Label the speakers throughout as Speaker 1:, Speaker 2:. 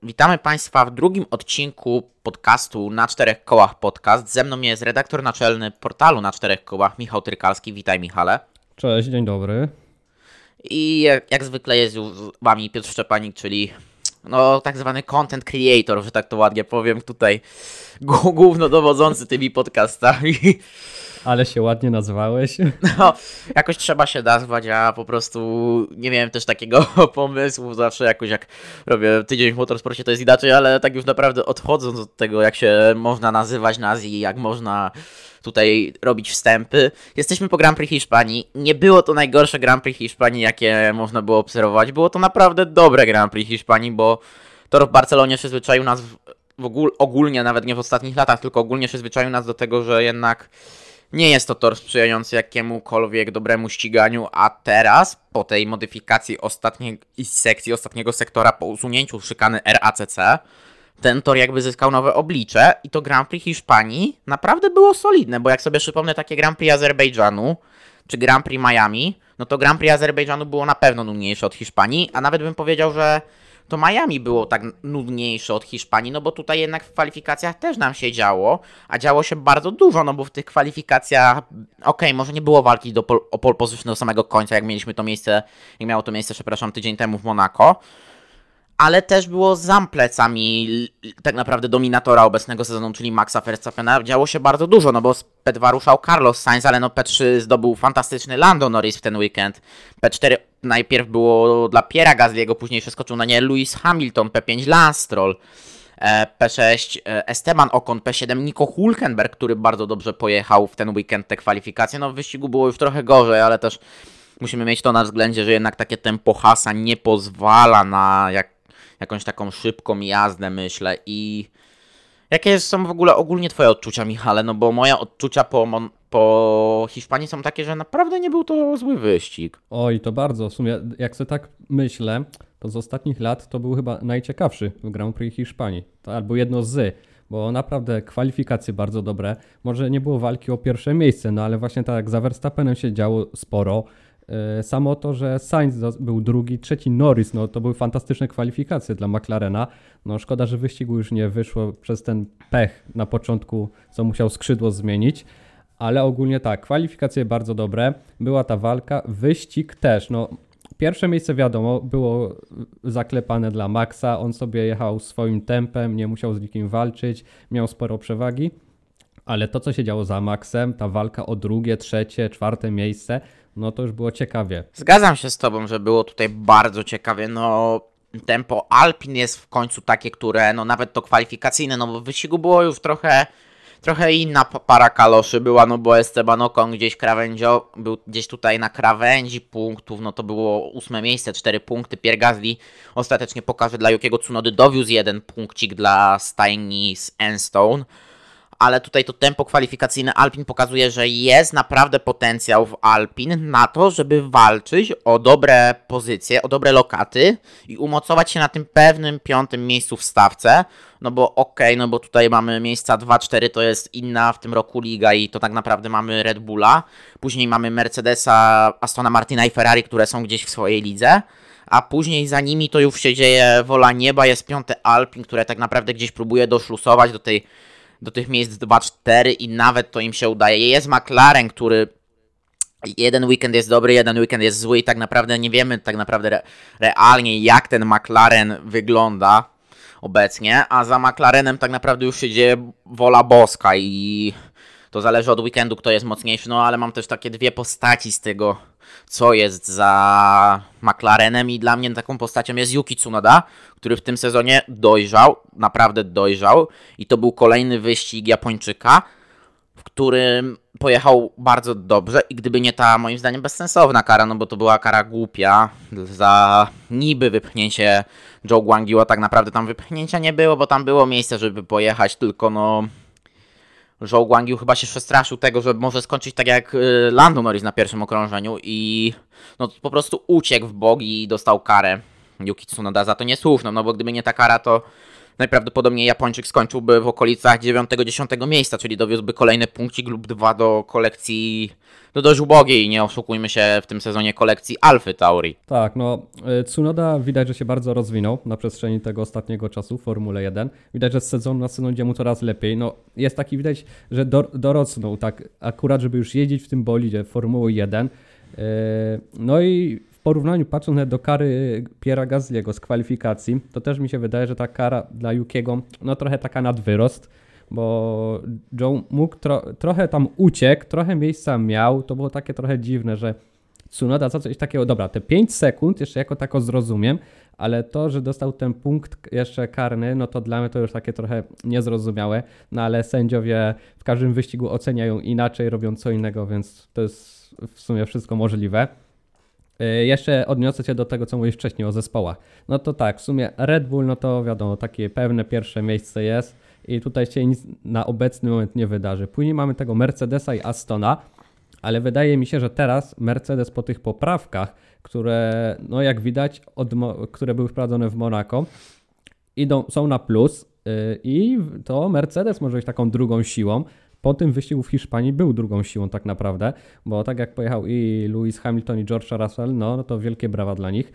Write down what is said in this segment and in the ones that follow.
Speaker 1: Witamy Państwa w drugim odcinku podcastu Na Czterech Kołach Podcast. Ze mną jest redaktor naczelny portalu Na Czterech Kołach, Michał Trykalski. Witaj, Michale.
Speaker 2: Cześć, dzień dobry.
Speaker 1: I jak zwykle jest już z Wami Piotr Szczepanik, czyli tak zwany content creator, że tak to ładnie powiem, tutaj głównodowodzący tymi podcastami.
Speaker 2: Ale się ładnie nazwałeś.
Speaker 1: Jakoś trzeba się nazwać, ja po prostu nie miałem też takiego pomysłu, zawsze jakoś jak robię tydzień w motorsporcie to jest inaczej, ale tak już naprawdę odchodząc od tego, jak się można nazywać nas i jak można tutaj robić wstępy. Jesteśmy po Grand Prix Hiszpanii. Nie było to najgorsze Grand Prix Hiszpanii, jakie można było obserwować. Było to naprawdę dobre Grand Prix Hiszpanii, bo tor w Barcelonie przyzwyczaił nas ogólnie, nawet nie w ostatnich latach, tylko ogólnie przyzwyczaił nas do tego, że jednak nie jest to tor sprzyjający jakiemukolwiek dobremu ściganiu, a teraz, po tej modyfikacji ostatniej sekcji, ostatniego sektora, po usunięciu szykany RACC, ten tor jakby zyskał nowe oblicze i to Grand Prix Hiszpanii naprawdę było solidne, bo jak sobie przypomnę takie Grand Prix Azerbejdżanu, czy Grand Prix Miami, no to Grand Prix Azerbejdżanu było na pewno nudniejsze od Hiszpanii, a nawet bym powiedział, że to Miami było tak nudniejsze od Hiszpanii, no bo tutaj jednak w kwalifikacjach też nam się działo, a działo się bardzo dużo, no bo w tych kwalifikacjach, może nie było walki o pole position do samego końca, jak miało to miejsce, tydzień temu w Monako, ale też było za plecami tak naprawdę dominatora obecnego sezonu, czyli Maxa Verstappena. Działo się bardzo dużo, no bo z P2 ruszał Carlos Sainz, ale no P3 zdobył fantastyczny Lando Norris w ten weekend. P4 najpierw było dla Pierre'a Gasly'ego, później przeskoczył na nie Lewis Hamilton, P5 Lance Stroll, P6 Esteban Ocon, P7 Nico Hülkenberg, który bardzo dobrze pojechał w ten weekend te kwalifikacje. No w wyścigu było już trochę gorzej, ale też musimy mieć to na względzie, że jednak takie tempo Haasa nie pozwala na jakąś taką szybką jazdę, myślę. I jakie są w ogóle ogólnie Twoje odczucia, Michale? No bo moje odczucia po Hiszpanii są takie, że naprawdę nie był to zły wyścig.
Speaker 2: Oj, to bardzo. W sumie, jak sobie tak myślę, to z ostatnich lat to był chyba najciekawszy w Grand Prix Hiszpanii. To albo jedno bo naprawdę kwalifikacje bardzo dobre. Może nie było walki o pierwsze miejsce, no ale właśnie tak jak za Verstappenem się działo sporo. Samo to, że Sainz był drugi, trzeci Norris, no to były fantastyczne kwalifikacje dla McLarena. No szkoda, że wyścigu już nie wyszło przez ten pech na początku, co musiał skrzydło zmienić. Ale ogólnie tak, kwalifikacje bardzo dobre, była ta walka, wyścig też. No pierwsze miejsce wiadomo, było zaklepane dla Maxa, on sobie jechał swoim tempem, nie musiał z nikim walczyć, miał sporo przewagi. Ale to, co się działo za Maxem, ta walka o drugie, trzecie, czwarte miejsce, no to już było ciekawie.
Speaker 1: Zgadzam się z Tobą, że było tutaj bardzo ciekawie. No tempo Alpin jest w końcu takie, które no nawet to kwalifikacyjne, no bo w wyścigu było już trochę inna para kaloszy była, no bo Esteban Ocon był gdzieś tutaj na krawędzi punktów, no to było 8 miejsce, 4 punkty. Pierre Gasly ostatecznie pokaże dla Yukiego Tsunody dowiózł 1 punkcik dla stajni z Enstone. Ale tutaj to tempo kwalifikacyjne Alpin pokazuje, że jest naprawdę potencjał w Alpin na to, żeby walczyć o dobre pozycje, o dobre lokaty i umocować się na tym pewnym 5. miejscu w stawce. No bo tutaj mamy miejsca 2-4, to jest inna w tym roku liga i to tak naprawdę mamy Red Bulla. Później mamy Mercedesa, Astona Martina i Ferrari, które są gdzieś w swojej lidze. A później za nimi to już się dzieje wola nieba, jest 5. Alpin, które tak naprawdę gdzieś próbuje doszlusować do tych miejsc 2-4 i nawet to im się udaje. Jest McLaren, który jeden weekend jest dobry, jeden weekend jest zły i tak naprawdę nie wiemy realnie jak ten McLaren wygląda obecnie, a za McLarenem tak naprawdę już się dzieje wola boska i to zależy od weekendu, kto jest mocniejszy, no ale mam też takie dwie postaci z tego, co jest za McLarenem i dla mnie taką postacią jest Yuki Tsunoda, który w tym sezonie naprawdę dojrzał i to był kolejny wyścig Japończyka, w którym pojechał bardzo dobrze i gdyby nie ta moim zdaniem bezsensowna kara, no bo to była kara głupia za niby wypchnięcie Zhou Guangiu, a tak naprawdę tam wypchnięcia nie było, bo tam było miejsce, żeby pojechać, tylko Zhou Guangiu chyba się przestraszył tego, że może skończyć tak jak Lando Norris na pierwszym okrążeniu i po prostu uciekł w bok i dostał karę Yuki Tsunoda za to niesłuszną, no bo gdyby nie ta kara, to najprawdopodobniej Japończyk skończyłby w okolicach 9-10 miejsca, czyli dowiózłby kolejny punkcik lub dwa do kolekcji, do dość ubogiej, nie oszukujmy się, w tym sezonie kolekcji Alfy Tauri.
Speaker 2: Tak, no Tsunoda widać, że się bardzo rozwinął na przestrzeni tego ostatniego czasu w Formule 1. Widać, że z sezonu na sezon idzie mu coraz lepiej. No jest taki, widać, że dorosnął tak akurat, żeby już jeździć w tym bolidzie Formuły 1. No i w porównaniu, patrząc do kary Pierre'a Gasly'ego z kwalifikacji, to też mi się wydaje, że ta kara dla Yukiego, no trochę taka nadwyrost, bo Joe mógł trochę tam uciekł, trochę miejsca miał, to było takie trochę dziwne, że Tsunoda za coś takiego, dobra, te 5 sekund jeszcze jako tako zrozumiem, ale to, że dostał ten punkt jeszcze karny, no to dla mnie to już takie trochę niezrozumiałe, no ale sędziowie w każdym wyścigu oceniają inaczej, robią co innego, więc to jest w sumie wszystko możliwe. Jeszcze odniosę się do tego, co mówiłeś wcześniej o zespołach. No to tak, w sumie Red Bull, no to wiadomo, takie pewne pierwsze miejsce jest i tutaj się nic na obecny moment nie wydarzy. Później mamy tego Mercedesa i Astona, ale wydaje mi się, że teraz Mercedes po tych poprawkach, które, no jak widać, które były wprowadzone w Monako, są na plus i to Mercedes może być taką drugą siłą. Po tym wyścigu w Hiszpanii był drugą siłą tak naprawdę, bo tak jak pojechał i Lewis Hamilton i George Russell, no to wielkie brawa dla nich.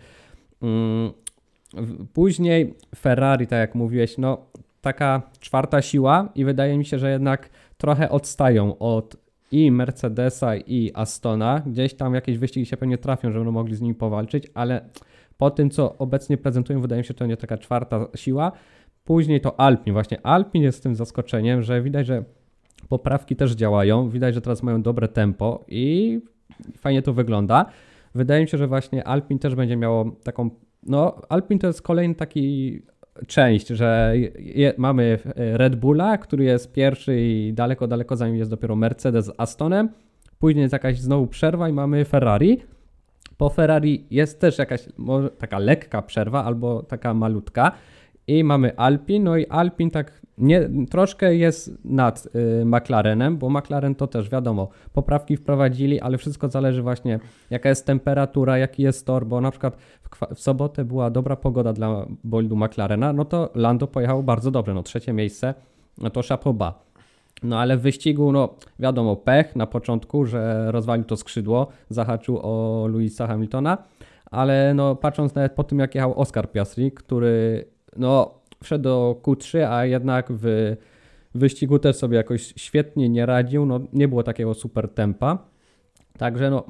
Speaker 2: Później Ferrari, tak jak mówiłeś, no taka czwarta siła i wydaje mi się, że jednak trochę odstają od i Mercedesa i Astona. Gdzieś tam jakieś wyścigi się pewnie trafią, że będą mogli z nimi powalczyć, ale po tym, co obecnie prezentują, wydaje mi się, że to nie taka czwarta siła. Później to Alpine. Właśnie Alpine jest tym zaskoczeniem, że widać, że poprawki też działają. Widać, że teraz mają dobre tempo i fajnie to wygląda. Wydaje mi się, że właśnie Alpine też będzie miało taką... No, Alpine to jest kolejny taki część, że mamy Red Bulla, który jest pierwszy i daleko, daleko za nim jest dopiero Mercedes z Astonem. Później jest jakaś znowu przerwa i mamy Ferrari. Po Ferrari jest też jakaś może taka lekka przerwa albo taka malutka. I mamy Alpine, no i Alpine tak troszkę jest nad McLarenem, bo McLaren to też wiadomo, poprawki wprowadzili, ale wszystko zależy właśnie jaka jest temperatura, jaki jest tor, bo na przykład w sobotę była dobra pogoda dla bolidu McLarena, no to Lando pojechał bardzo dobrze, no 3. miejsce, no to chapeau bas. No ale w wyścigu, no wiadomo, pech na początku, że rozwalił to skrzydło, zahaczył o Lewisa Hamiltona, ale no patrząc nawet po tym jak jechał Oscar Piastri, który no wszedł do Q3, a jednak w wyścigu też sobie jakoś świetnie nie radził, no nie było takiego super tempa. Także no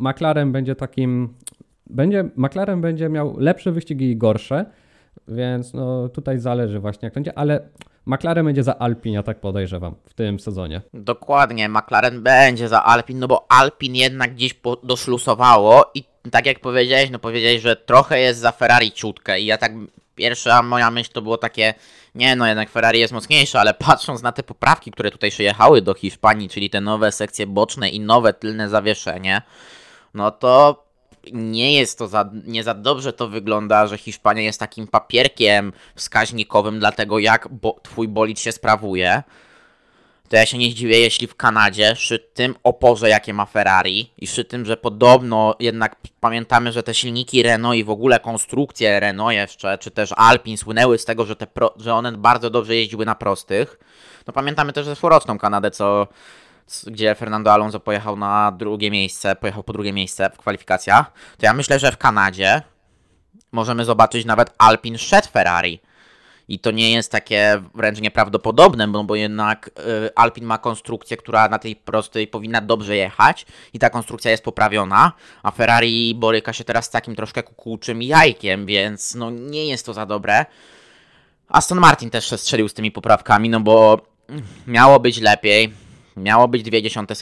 Speaker 2: McLaren będzie miał lepsze wyścigi i gorsze, więc no tutaj zależy właśnie jak to będzie, ale McLaren będzie za Alpine, ja tak podejrzewam, w tym sezonie.
Speaker 1: Dokładnie, McLaren będzie za Alpine, no bo Alpine jednak gdzieś doszlusowało i tak jak powiedziałeś, no powiedziałeś, że trochę jest za Ferrari ciutkę i ja tak, pierwsza moja myśl to było takie, nie no jednak Ferrari jest mocniejsze, ale patrząc na te poprawki, które tutaj przyjechały do Hiszpanii, czyli te nowe sekcje boczne i nowe tylne zawieszenie, no to nie jest to nie za dobrze to wygląda, że Hiszpania jest takim papierkiem wskaźnikowym dla tego, jak twój bolid się sprawuje. To ja się nie zdziwię, jeśli w Kanadzie, przy tym oporze, jakie ma Ferrari i przy tym, że podobno jednak pamiętamy, że te silniki Renault i w ogóle konstrukcje Renault jeszcze, czy też Alpine słynęły z tego, że one bardzo dobrze jeździły na prostych. No pamiętamy też zeszłoroczną Kanadę, gdzie Fernando Alonso pojechał po drugie miejsce w kwalifikacjach. To ja myślę, że w Kanadzie możemy zobaczyć nawet Alpine przed Ferrari. I to nie jest takie wręcz nieprawdopodobne, bo jednak Alpine ma konstrukcję, która na tej prostej powinna dobrze jechać i ta konstrukcja jest poprawiona, a Ferrari boryka się teraz z takim troszkę kukułczym jajkiem, więc no nie jest to za dobre. Aston Martin też się strzelił z tymi poprawkami, no bo miało być lepiej, miało być 0,2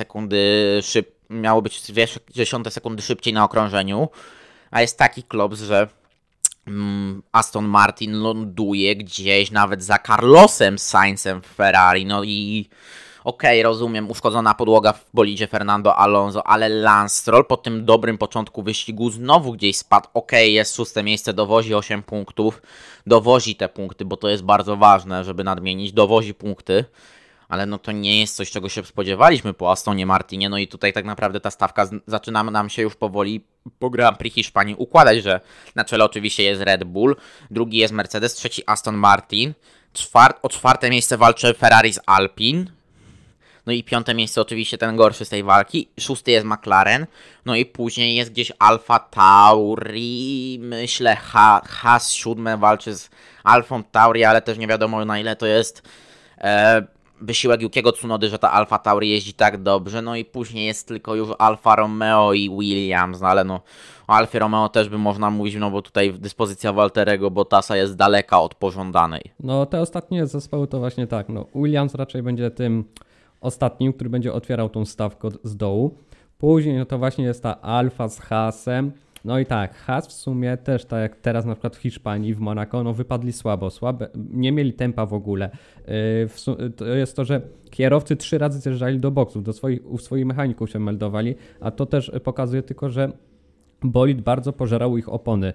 Speaker 1: sekundy szybciej na okrążeniu, a jest taki klops, że Aston Martin ląduje gdzieś nawet za Carlosem Sainzem w Ferrari, no i okej, rozumiem, uszkodzona podłoga w bolidzie Fernando Alonso, ale Lance Stroll po tym dobrym początku wyścigu znowu gdzieś spadł, jest 6. miejsce, dowozi 8 punktów, dowozi te punkty, bo to jest bardzo ważne, żeby nadmienić, dowozi punkty, ale no to nie jest coś, czego się spodziewaliśmy po Astonie Martinie, no i tutaj tak naprawdę ta stawka zaczyna nam się już powoli po Grand Prix Hiszpanii układać, że na czele oczywiście jest Red Bull, drugi jest Mercedes, trzeci Aston Martin, O czwarte miejsce walczy Ferrari z Alpine. No i piąte miejsce oczywiście ten gorszy z tej walki. Szósty jest McLaren. No i później jest gdzieś Alfa Tauri. Myślę Haas siódme walczy z Alfą Tauri, ale też nie wiadomo na ile to jest wysiłek Yukiego Tsunody, że ta Alfa Tauri jeździ tak dobrze. No i później jest tylko już Alfa Romeo i Williams. No ale no o Alfie Romeo też by można mówić, no bo tutaj dyspozycja Valtteriego Bottasa jest daleka od pożądanej.
Speaker 2: No te ostatnie zespoły to właśnie tak, no Williams raczej będzie tym ostatnim, który będzie otwierał tą stawkę z dołu. Później no to właśnie jest ta Alfa z Haasem. No i tak, Haas w sumie też, tak jak teraz na przykład w Hiszpanii, w Monako, no wypadli słabo, nie mieli tempa w ogóle. To jest to, że kierowcy 3 razy zjeżdżali do boksów, u swoich mechaników się meldowali, a to też pokazuje tylko, że bolid bardzo pożerał ich opony.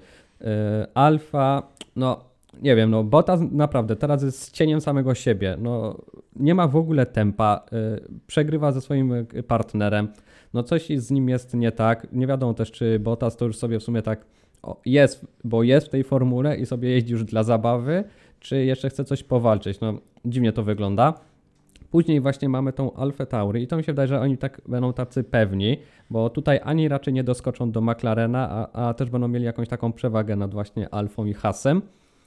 Speaker 2: Alfa, no nie wiem, no Bottas naprawdę teraz jest cieniem samego siebie, no nie ma w ogóle tempa, przegrywa ze swoim partnerem, no coś z nim jest nie tak, nie wiadomo też czy Bottas to już sobie w sumie tak jest, bo jest w tej formule i sobie jeździ już dla zabawy, czy jeszcze chce coś powalczyć, no dziwnie to wygląda. Później właśnie mamy tą Alfę Tauri i to mi się wydaje, że oni tak będą tacy pewni, bo tutaj ani raczej nie doskoczą do McLarena, a też będą mieli jakąś taką przewagę nad właśnie Alfą i Haasem.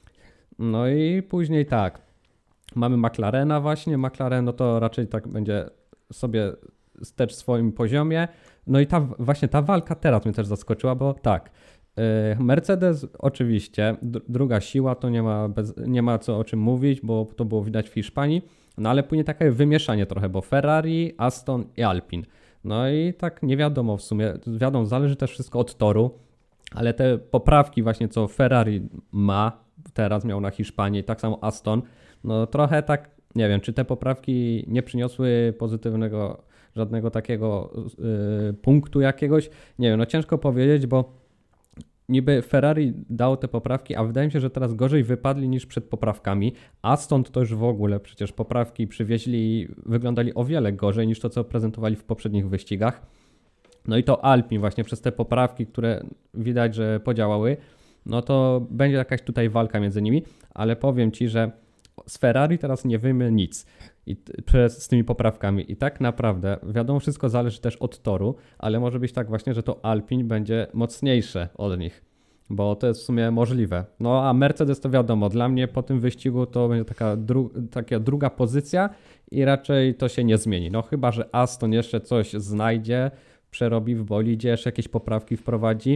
Speaker 2: No i później tak, mamy McLarena właśnie, McLaren no to raczej tak będzie sobie też w swoim poziomie. No i właśnie ta walka teraz mnie też zaskoczyła, bo tak, Mercedes oczywiście, druga siła, to nie ma co o czym mówić, bo to było widać w Hiszpanii, no ale później takie wymieszanie trochę, bo Ferrari, Aston i Alpine. No i tak nie wiadomo w sumie, wiadomo, zależy też wszystko od toru, ale te poprawki właśnie co Ferrari teraz miał na Hiszpanii, tak samo Aston, no trochę tak, nie wiem, czy te poprawki nie przyniosły pozytywnego, żadnego takiego punktu jakiegoś, nie wiem, no ciężko powiedzieć, bo niby Ferrari dało te poprawki, a wydaje mi się, że teraz gorzej wypadli niż przed poprawkami, a stąd to już w ogóle przecież poprawki przywieźli i wyglądali o wiele gorzej niż to, co prezentowali w poprzednich wyścigach. No i to Alpine właśnie przez te poprawki, które widać, że podziałały, no to będzie jakaś tutaj walka między nimi, ale powiem Ci, że z Ferrari teraz nie wiemy nic z tymi poprawkami i tak naprawdę wiadomo, wszystko zależy też od toru, ale może być tak właśnie, że to Alpine będzie mocniejsze od nich, bo to jest w sumie możliwe. No a Mercedes to wiadomo, dla mnie po tym wyścigu to będzie taka druga pozycja i raczej to się nie zmieni. No chyba, że Aston jeszcze coś znajdzie, przerobi w bolidzie, jeszcze jakieś poprawki wprowadzi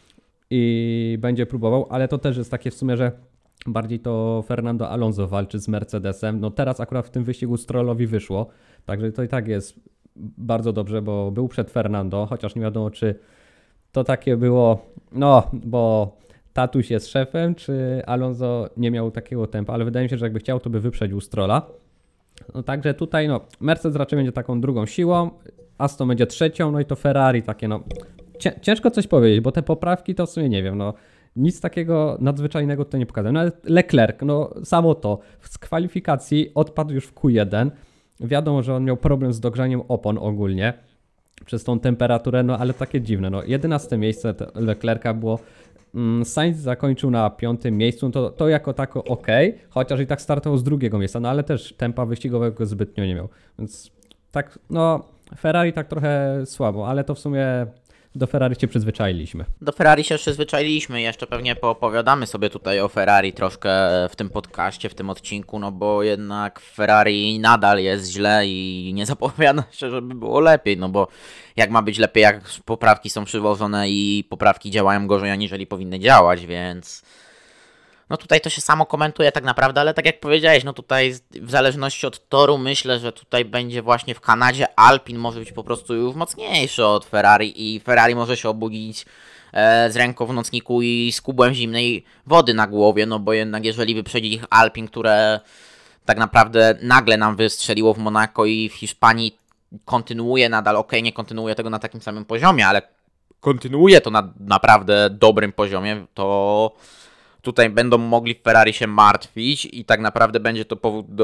Speaker 2: i będzie próbował, ale to też jest takie w sumie, że bardziej to Fernando Alonso walczy z Mercedesem. No teraz akurat w tym wyścigu Strollowi wyszło, także to i tak jest bardzo dobrze, bo był przed Fernando, chociaż nie wiadomo czy to takie było, no bo tatuś jest szefem, czy Alonso nie miał takiego tempa, ale wydaje mi się, że jakby chciał, to by wyprzedził Strolla. No także tutaj no Mercedes raczej będzie taką drugą siłą, Aston będzie trzecią, no i to Ferrari takie no ciężko coś powiedzieć, bo te poprawki to w sumie nie wiem, no nic takiego nadzwyczajnego tutaj nie pokazałem. Nawet Leclerc, no samo to, z kwalifikacji odpadł już w Q1. Wiadomo, że on miał problem z dogrzaniem opon ogólnie przez tą temperaturę, no ale takie dziwne. No 11 miejsce Leclerca było. Sainz zakończył na 5 miejscu, to jako tako ok, chociaż i tak startował z drugiego miejsca, no ale też tempa wyścigowego zbytnio nie miał. Więc tak, no Ferrari tak trochę słabo, ale to w sumie do Ferrari się przyzwyczailiśmy.
Speaker 1: Do Ferrari się przyzwyczailiśmy. Jeszcze pewnie poopowiadamy sobie tutaj o Ferrari troszkę w tym podcaście, w tym odcinku, no bo jednak Ferrari nadal jest źle i nie zapowiada się, żeby było lepiej, no bo jak ma być lepiej, jak poprawki są przywożone i poprawki działają gorzej, aniżeli powinny działać, więc no tutaj to się samo komentuje tak naprawdę, ale tak jak powiedziałeś, no tutaj w zależności od toru myślę, że tutaj będzie właśnie w Kanadzie Alpine może być po prostu już mocniejszy od Ferrari i Ferrari może się obudzić z ręką w nocniku i z kubłem zimnej wody na głowie, no bo jednak jeżeli wyprzedzi ich Alpine, które tak naprawdę nagle nam wystrzeliło w Monako i w Hiszpanii kontynuuje nadal, nie kontynuuje tego na takim samym poziomie, ale kontynuuje to na naprawdę dobrym poziomie, to tutaj będą mogli Ferrari się martwić i tak naprawdę będzie to powód do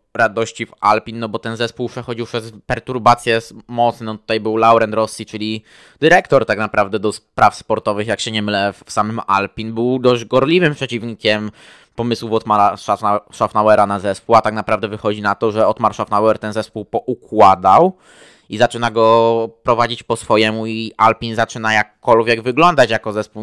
Speaker 1: radości w Alpin, no bo ten zespół przechodził przez perturbacje mocne. No tutaj był Laurent Rossi, czyli dyrektor tak naprawdę do spraw sportowych, jak się nie mylę, w samym Alpin. Był dość gorliwym przeciwnikiem pomysłów Otmara Szafnauera na zespół, a tak naprawdę wychodzi na to, że Otmar Szafnauer ten zespół poukładał i zaczyna go prowadzić po swojemu i Alpin zaczyna jakkolwiek wyglądać jako zespół.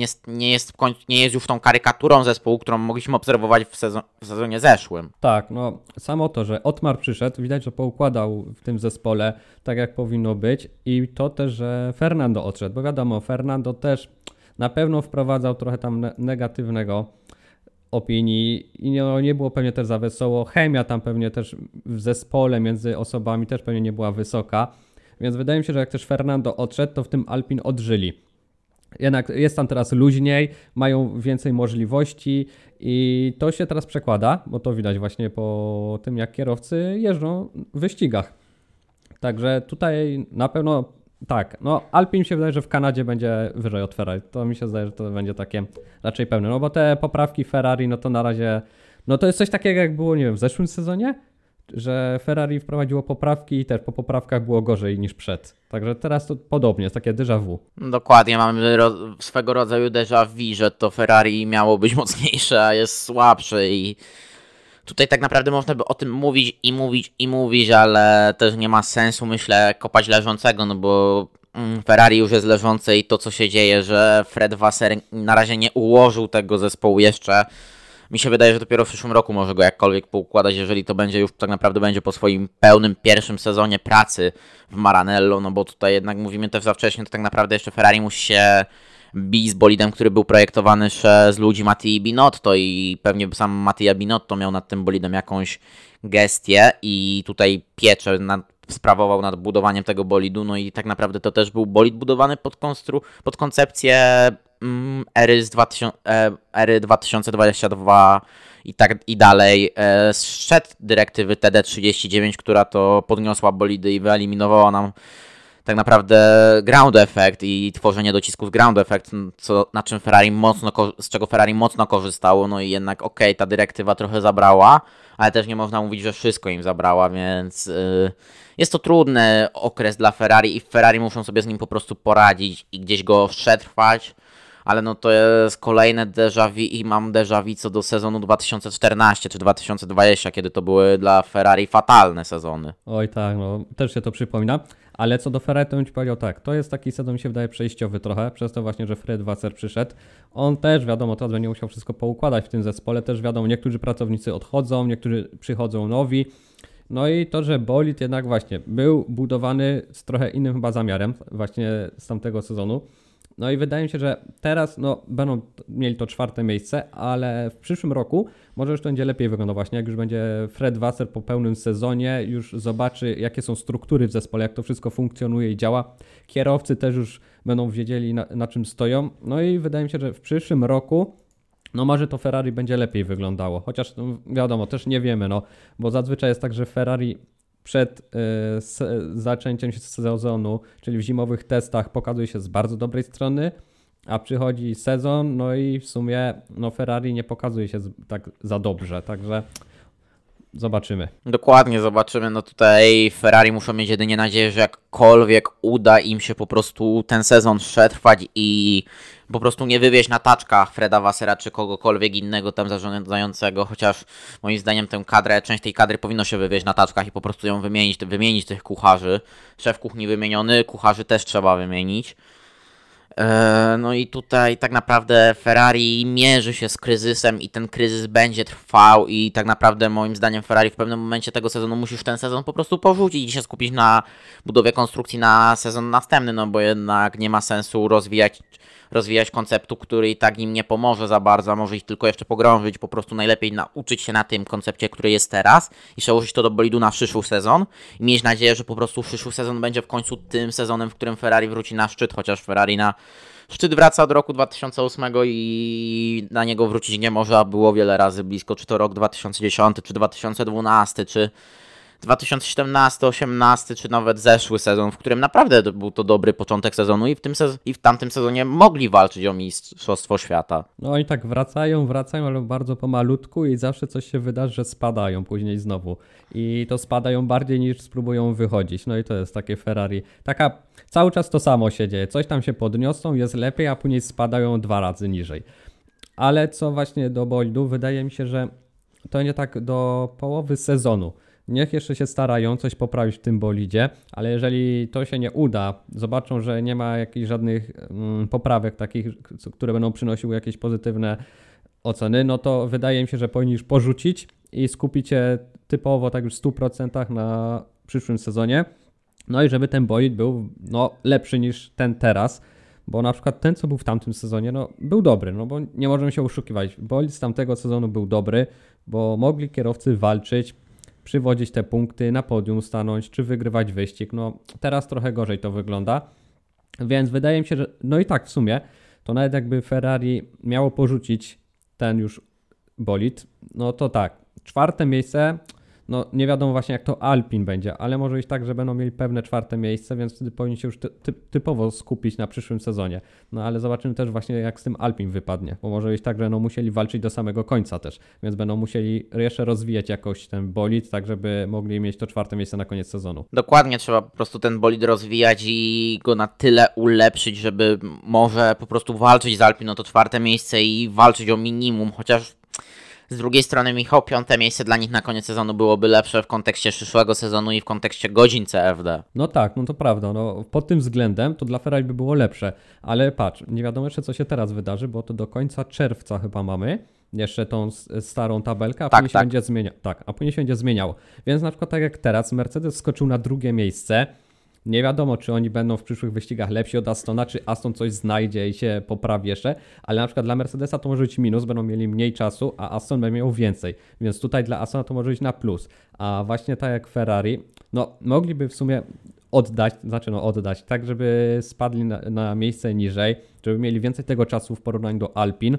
Speaker 1: Nie jest już tą karykaturą zespołu, którą mogliśmy obserwować w sezonie zeszłym.
Speaker 2: Tak, no samo to, że Otmar przyszedł, widać, że poukładał w tym zespole tak jak powinno być i to też, że Fernando odszedł, bo wiadomo, Fernando też na pewno wprowadzał trochę tam negatywnego opinii i nie było pewnie też za wesoło. Chemia tam pewnie też w zespole między osobami też pewnie nie była wysoka, więc wydaje mi się, że jak też Fernando odszedł, to w tym Alpin odżyli. Jednak jest tam teraz luźniej, mają więcej możliwości i to się teraz przekłada, bo to widać właśnie po tym, jak kierowcy jeżdżą w wyścigach. Także tutaj na pewno tak, no Alpin się wydaje, że w Kanadzie będzie wyżej od Ferrari. To mi się zdaje, że to będzie takie raczej pełne, no bo te poprawki Ferrari, no to na razie, no to jest coś takiego jak było, nie wiem, w zeszłym sezonie, że Ferrari wprowadziło poprawki i też po poprawkach było gorzej niż przed. Także teraz to podobnie, jest takie déjà vu.
Speaker 1: Dokładnie, mamy swego rodzaju déjà vu, że to Ferrari miało być mocniejsze, a jest słabsze i tutaj tak naprawdę można by o tym mówić, ale też nie ma sensu, myślę, kopać leżącego, no bo Ferrari już jest leżące i to, co się dzieje, że Fred Vasseur na razie nie ułożył tego zespołu jeszcze. Mi się wydaje, że dopiero w przyszłym roku może go jakkolwiek poukładać, jeżeli to będzie już tak naprawdę będzie po swoim pełnym pierwszym sezonie pracy w Maranello, no bo tutaj jednak mówimy też za wcześnie, to tak naprawdę jeszcze Ferrari musi się bić z bolidem, który był projektowany przez ludzi Mattii Binotto i pewnie sam Mattia Binotto miał nad tym bolidem jakąś gestię i tutaj pieczę sprawował nad budowaniem tego bolidu, no i tak naprawdę to też był bolid budowany pod koncepcję ery 2022 i tak i dalej. Zszedł dyrektywy TD39, która to podniosła bolidy i wyeliminowała nam tak naprawdę ground effect i tworzenie docisku z ground effect, z czego Ferrari mocno korzystało, no i jednak ta dyrektywa trochę zabrała, ale też nie można mówić, że wszystko im zabrała, więc jest to trudny okres dla Ferrari i Ferrari muszą sobie z nim po prostu poradzić i gdzieś go przetrwać, ale no to jest kolejne déjà vu i mam déjà vu co do sezonu 2014 czy 2020, kiedy to były dla Ferrari fatalne sezony.
Speaker 2: Oj tak, no też się to przypomina, ale co do Ferrari to bym Ci powiedział tak, to jest taki sezon, mi się wydaje, przejściowy trochę, przez to właśnie, że Fred Vasseur przyszedł. On też wiadomo, teraz będzie musiał wszystko poukładać w tym zespole, też wiadomo, niektórzy pracownicy odchodzą, niektórzy przychodzą nowi. No i to, że bolid jednak właśnie był budowany z trochę innym chyba zamiarem właśnie z tamtego sezonu. No i wydaje mi się, że teraz będą mieli to 4. miejsce, ale w przyszłym roku może już to będzie lepiej wyglądać właśnie, jak już będzie Fred Vasseur po pełnym sezonie, już zobaczy jakie są struktury w zespole, jak to wszystko funkcjonuje i działa. Kierowcy też już będą wiedzieli na czym stoją. No i wydaje mi się, że w przyszłym roku może to Ferrari będzie lepiej wyglądało, chociaż wiadomo, też nie wiemy, bo zazwyczaj jest tak, że Ferrari przed zaczęciem się sezonu, czyli w zimowych testach pokazuje się z bardzo dobrej strony, a przychodzi sezon, no i w sumie Ferrari nie pokazuje się tak za dobrze, także zobaczymy.
Speaker 1: Dokładnie, zobaczymy. No tutaj Ferrari muszą mieć jedynie nadzieję, że jakkolwiek uda im się po prostu ten sezon przetrwać i po prostu nie wywieźć na taczkach Freda Vasseura czy kogokolwiek innego tam zarządzającego, chociaż moim zdaniem część tej kadry powinno się wywieźć na taczkach i po prostu ją wymienić tych kucharzy. Szef kuchni wymieniony, kucharzy też trzeba wymienić. No i tutaj tak naprawdę Ferrari mierzy się z kryzysem i ten kryzys będzie trwał i tak naprawdę moim zdaniem Ferrari w pewnym momencie tego sezonu musi już ten sezon po prostu porzucić i się skupić na budowie konstrukcji na sezon następny, no bo jednak nie ma sensu rozwijać konceptu, który i tak im nie pomoże za bardzo, a może ich tylko jeszcze pogrążyć, po prostu najlepiej nauczyć się na tym koncepcie, który jest teraz i przełożyć to do bolidu na przyszły sezon i mieć nadzieję, że po prostu przyszły sezon będzie w końcu tym sezonem, w którym Ferrari wróci na szczyt, chociaż Ferrari na szczyt wraca od roku 2008 i na niego wrócić nie może, a było wiele razy blisko, czy to rok 2010, czy 2012, czy 2017, 18 czy nawet zeszły sezon, w którym naprawdę był to dobry początek sezonu i w tamtym sezonie mogli walczyć o mistrzostwo świata.
Speaker 2: No i tak wracają, ale bardzo pomalutku i zawsze coś się wydarzy, że spadają później znowu. I to spadają bardziej niż spróbują wychodzić. No i to jest takie Ferrari. Cały czas to samo się dzieje. Coś tam się podniosą, jest lepiej, a później spadają 2 razy niżej. Ale co właśnie do bolidu, wydaje mi się, że to nie tak do połowy sezonu. Niech jeszcze się starają coś poprawić w tym bolidzie, ale jeżeli to się nie uda, zobaczą, że nie ma jakichś żadnych poprawek takich, które będą przynosiły jakieś pozytywne oceny, no to wydaje mi się, że powinni już porzucić i skupić się typowo tak już w 100% na przyszłym sezonie. No i żeby ten bolid był lepszy niż ten teraz, bo na przykład ten, co był w tamtym sezonie, był dobry, bo nie możemy się oszukiwać. Bolid z tamtego sezonu był dobry, bo mogli kierowcy walczyć, przywodzić te punkty, na podium stanąć, czy wygrywać wyścig. Teraz trochę gorzej to wygląda, więc wydaje mi się, że i tak w sumie, to nawet jakby Ferrari miało porzucić ten już bolid, to tak, 4. miejsce, nie wiadomo właśnie jak to Alpine będzie, ale może iść tak, że będą mieli pewne 4. miejsce, więc wtedy powinni się już typowo skupić na przyszłym sezonie. Ale zobaczymy też właśnie jak z tym Alpine wypadnie, bo może iść tak, że musieli walczyć do samego końca też, więc będą musieli jeszcze rozwijać jakoś ten bolid, tak żeby mogli mieć to 4. miejsce na koniec sezonu.
Speaker 1: Dokładnie, trzeba po prostu ten bolid rozwijać i go na tyle ulepszyć, żeby może po prostu walczyć z Alpine o to 4. miejsce i walczyć o minimum, chociaż z drugiej strony, Michał, 5. miejsce dla nich na koniec sezonu byłoby lepsze w kontekście przyszłego sezonu i w kontekście godzin CFD.
Speaker 2: Tak, to prawda. Pod tym względem to dla Ferrari by było lepsze. Ale patrz, nie wiadomo jeszcze co się teraz wydarzy, bo to do końca czerwca chyba mamy jeszcze tą starą tabelkę, a później się będzie zmieniało. Tak, a później się będzie zmieniało. Więc na przykład tak jak teraz, Mercedes skoczył na 2. miejsce. Nie wiadomo, czy oni będą w przyszłych wyścigach lepsi od Astona, czy Aston coś znajdzie i się poprawi jeszcze, ale na przykład dla Mercedesa to może być minus, będą mieli mniej czasu, a Aston będzie miał więcej, więc tutaj dla Astona to może być na plus, a właśnie tak jak Ferrari, mogliby w sumie oddać, tak żeby spadli na miejsce niżej, żeby mieli więcej tego czasu w porównaniu do Alpine,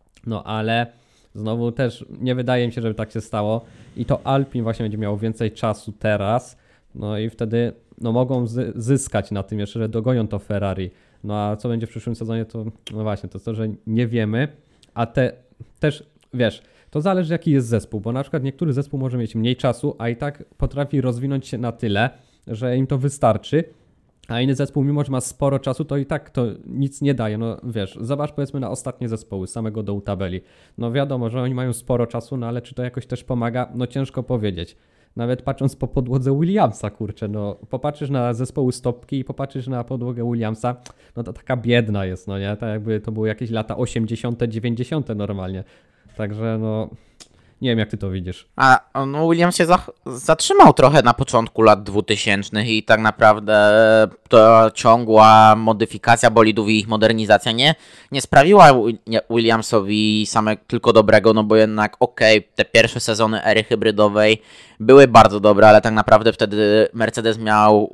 Speaker 2: ale znowu też nie wydaje mi się, żeby tak się stało i to Alpine właśnie będzie miało więcej czasu teraz, i wtedy mogą zyskać na tym jeszcze, że dogonią to Ferrari. A co będzie w przyszłym sezonie, to właśnie, to że nie wiemy, a też, wiesz, to zależy jaki jest zespół, bo na przykład niektóry zespół może mieć mniej czasu, a i tak potrafi rozwinąć się na tyle, że im to wystarczy, a inny zespół, mimo że ma sporo czasu, to i tak to nic nie daje. Wiesz, zobacz powiedzmy na ostatnie zespoły z samego dołu tabeli. Wiadomo, że oni mają sporo czasu, ale czy to jakoś też pomaga? Ciężko powiedzieć. Nawet patrząc po podłodze Williamsa, kurczę, popatrzysz na zespoły stopki i popatrzysz na podłogę Williamsa, to taka biedna jest, nie? Tak jakby to były jakieś lata 80., 90. normalnie. Także nie wiem jak ty to widzisz.
Speaker 1: Williams się zatrzymał trochę na początku lat 2000 i tak naprawdę to ciągła modyfikacja bolidów i ich modernizacja nie sprawiła Williamsowi same tylko dobrego, bo jednak te pierwsze sezony ery hybrydowej były bardzo dobre, ale tak naprawdę wtedy Mercedes miał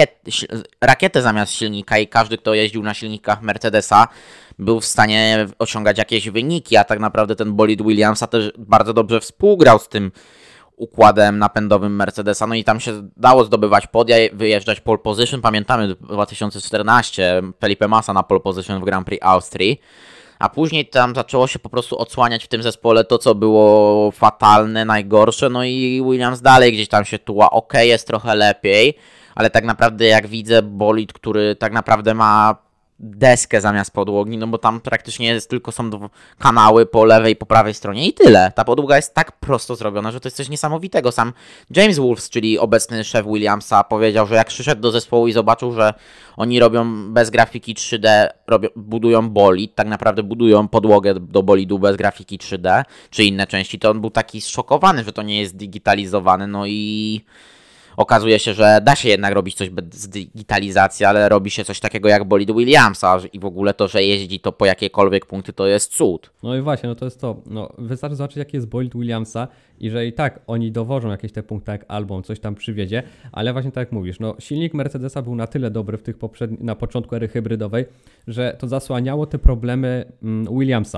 Speaker 1: rakietę zamiast silnika i każdy, kto jeździł na silnikach Mercedesa, był w stanie osiągać jakieś wyniki, a tak naprawdę ten bolid Williamsa też bardzo dobrze współgrał z tym układem napędowym Mercedesa, i tam się dało zdobywać podia, wyjeżdżać pole position, pamiętamy 2014, Felipe Massa na pole position w Grand Prix Austrii, a później tam zaczęło się po prostu odsłaniać w tym zespole to, co było fatalne, najgorsze, i Williams dalej gdzieś tam się tuła, jest trochę lepiej, ale tak naprawdę jak widzę bolid, który tak naprawdę ma deskę zamiast podłogi, bo tam praktycznie są kanały po lewej i po prawej stronie i tyle. Ta podłoga jest tak prosto zrobiona, że to jest coś niesamowitego. Sam James Wolfe, czyli obecny szef Williamsa, powiedział, że jak przyszedł do zespołu i zobaczył, że oni robią bez grafiki 3D, budują bolid, tak naprawdę budują podłogę do bolidu bez grafiki 3D, czy inne części, to on był taki zszokowany, że to nie jest digitalizowane, i okazuje się, że da się jednak robić coś bez digitalizacji, ale robi się coś takiego jak bolid Williamsa i w ogóle to, że jeździ to po jakiekolwiek punkty, to jest cud.
Speaker 2: I właśnie, to jest to. Wystarczy zobaczyć, jaki jest bolid Williamsa i że i tak oni dowożą jakieś te punkty jak Albon, coś tam przywiezie, ale właśnie tak jak mówisz, silnik Mercedesa był na tyle dobry w tych na początku ery hybrydowej, że to zasłaniało te problemy Williamsa.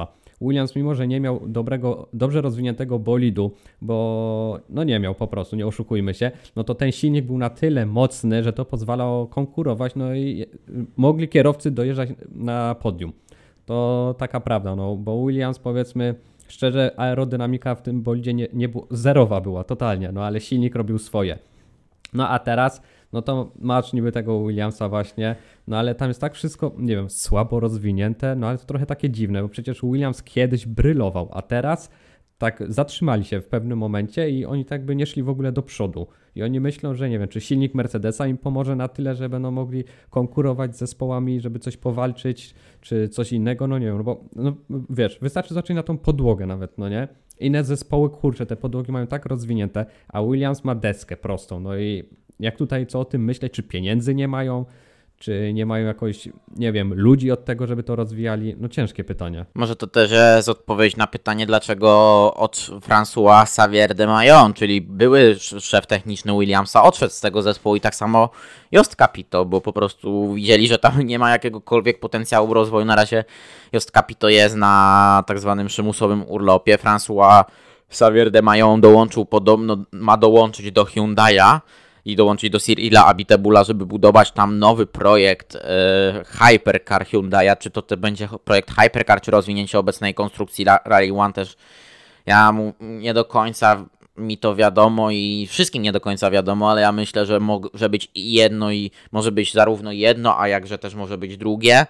Speaker 2: Williams, mimo że nie miał dobrze rozwiniętego bolidu, bo no nie miał po prostu, nie oszukujmy się, no to ten silnik był na tyle mocny, że to pozwalało konkurować, no i mogli kierowcy dojeżdżać na podium. To taka prawda, no bo Williams, powiedzmy szczerze, aerodynamika w tym bolidzie nie zerowa była totalnie, no ale silnik robił swoje. No a teraz, no to masz niby tego Williamsa właśnie, no ale tam jest tak wszystko, nie wiem, słabo rozwinięte, no ale to trochę takie dziwne, bo przecież Williams kiedyś brylował, a teraz tak zatrzymali się w pewnym momencie i oni tak by nie szli w ogóle do przodu. I oni myślą, że nie wiem, czy silnik Mercedesa im pomoże na tyle, że będą mogli konkurować z zespołami, żeby coś powalczyć, czy coś innego, no nie wiem, no bo no, wiesz, wystarczy zacząć na tą podłogę nawet, no nie? Inne zespoły, kurczę, te podłogi mają tak rozwinięte, a Williams ma deskę prostą, no i jak tutaj co o tym myśleć, czy pieniędzy nie mają, czy nie mają jakoś, nie wiem, ludzi od tego, żeby to rozwijali? No ciężkie pytanie.
Speaker 1: Może to też jest odpowiedź na pytanie, dlaczego od François Xavier de Mayon, czyli były szef techniczny Williamsa, odszedł z tego zespołu i tak samo Jost Capito, bo po prostu widzieli, że tam nie ma jakiegokolwiek potencjału rozwoju. Na razie Jost Capito jest na tak zwanym przymusowym urlopie. François Xavier de Mayon ma dołączyć do Hyundai'a i dołączyć do Cyrila Abiteboula, żeby budować tam nowy projekt Hypercar Hyundai'a. Czy to będzie projekt Hypercar, czy rozwinięcie obecnej konstrukcji Rally One też nie do końca mi to wiadomo i wszystkim nie do końca wiadomo, ale ja myślę, że może być jedno i może być zarówno jedno, a jakże też może być drugie.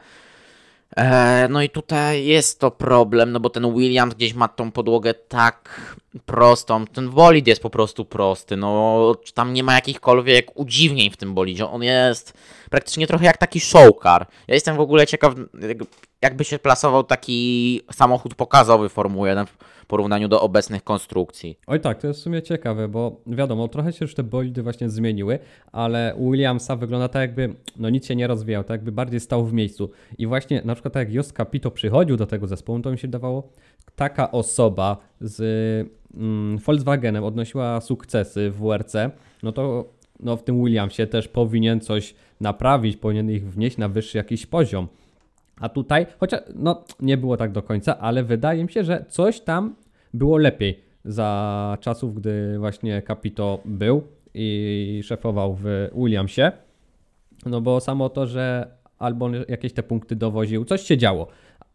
Speaker 1: No i tutaj jest to problem, no bo ten Williams gdzieś ma tą podłogę tak prostą, ten bolid jest po prostu prosty, no tam nie ma jakichkolwiek udziwnień w tym bolidzie, on jest praktycznie trochę jak taki showcar. Ja jestem w ogóle ciekaw, jakby się plasował taki samochód pokazowy Formuły 1 w porównaniu do obecnych konstrukcji.
Speaker 2: Oj tak, to jest w sumie ciekawe, bo wiadomo, trochę się już te bolidy właśnie zmieniły, ale u Williamsa wygląda tak jakby, no nic się nie rozwijał, tak jakby bardziej stał w miejscu. I właśnie na przykład tak jak Jost Capito przychodził do tego zespołu, to mi się dawało, taka osoba z Volkswagenem odnosiła sukcesy w WRC, no to no, w tym Williamsie też powinien coś naprawić, powinien ich wnieść na wyższy jakiś poziom. A tutaj, chociaż no nie było tak do końca, ale wydaje mi się, że coś tam było lepiej za czasów, gdy właśnie Capito był i szefował w Williamsie. No bo samo to, że Albon jakieś te punkty dowoził, coś się działo.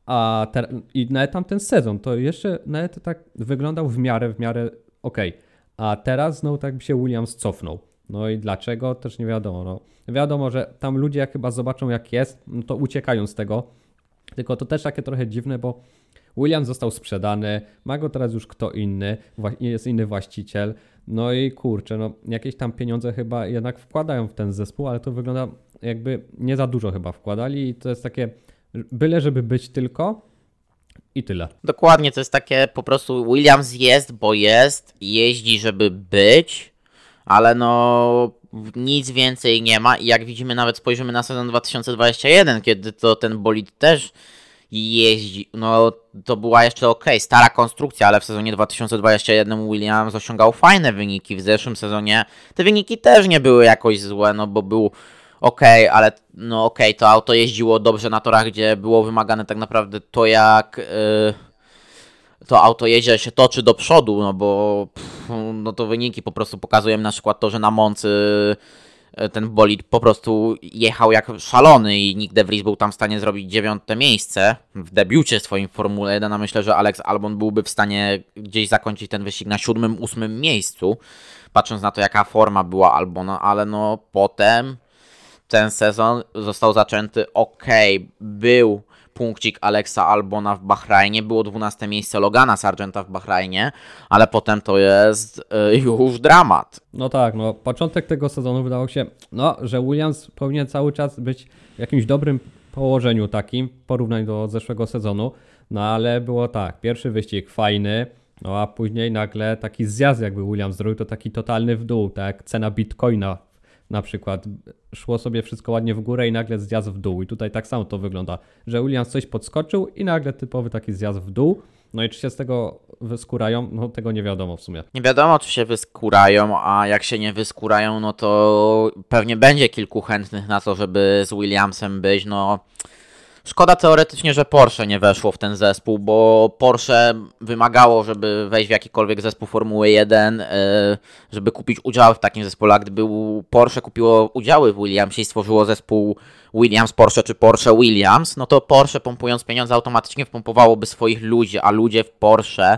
Speaker 2: I nawet tamten sezon, to jeszcze nawet tak wyglądał w miarę okej. A teraz znowu tak by się Williams cofnął. No i dlaczego? Też nie wiadomo. No, wiadomo, że tam ludzie jak chyba zobaczą jak jest, no to uciekają z tego. Tylko to też takie trochę dziwne, bo Williams został sprzedany, ma go teraz już kto inny, jest inny właściciel. No i kurczę, no jakieś tam pieniądze chyba jednak wkładają w ten zespół, ale to wygląda jakby nie za dużo chyba wkładali i to jest takie byle żeby być tylko i tyle.
Speaker 1: Dokładnie, to jest takie po prostu Williams jest, bo jest, jeździ, żeby być, ale no nic więcej nie ma i jak widzimy, nawet spojrzymy na sezon 2021, kiedy to ten bolid też jeździ, no to była jeszcze stara konstrukcja, ale w sezonie 2021 Williams osiągał fajne wyniki. W zeszłym sezonie te wyniki też nie były jakoś złe, no bo był ale no to auto jeździło dobrze na torach, gdzie było wymagane tak naprawdę to, jak to auto jedzie, się toczy do przodu, no bo no to wyniki po prostu pokazują, na przykład to, że na Moncy ten bolid po prostu jechał jak szalony i Nick de Vries był tam w stanie zrobić 9. miejsce w debiucie swoim w Formule 1, a myślę, że Alex Albon byłby w stanie gdzieś zakończyć ten wyścig na 7., 8. miejscu, patrząc na to, jaka forma była Albona, ale no potem ten sezon został zaczęty był punkcik Alexa Albona w Bahrajnie, było 12. miejsce Logana Sargenta w Bahrajnie, ale potem to jest już dramat.
Speaker 2: No tak, no początek tego sezonu wydawał się, no, że Williams powinien cały czas być w jakimś dobrym położeniu takim, w porównaniu do zeszłego sezonu, no ale było tak, pierwszy wyścig fajny, no a później nagle taki zjazd jakby Williams zrobił, to taki totalny w dół, tak jak cena Bitcoina na przykład, szło sobie wszystko ładnie w górę i nagle zjazd w dół i tutaj tak samo to wygląda, że Williams coś podskoczył i nagle typowy taki zjazd w dół, no i czy się z tego wyskórają, no tego nie wiadomo w sumie.
Speaker 1: Nie wiadomo, czy się wyskórają, a jak się nie wyskórają, no to pewnie będzie kilku chętnych na to, żeby z Williamsem być, no Szkoda teoretycznie, że Porsche nie weszło w ten zespół, bo Porsche wymagało, żeby wejść w jakikolwiek zespół Formuły 1, żeby kupić udziały w takim zespole. A gdyby Porsche kupiło udziały w Williamsie i stworzyło zespół Williams Porsche czy Porsche Williams, no to Porsche pompując pieniądze automatycznie wpompowałoby swoich ludzi, a ludzie w Porsche,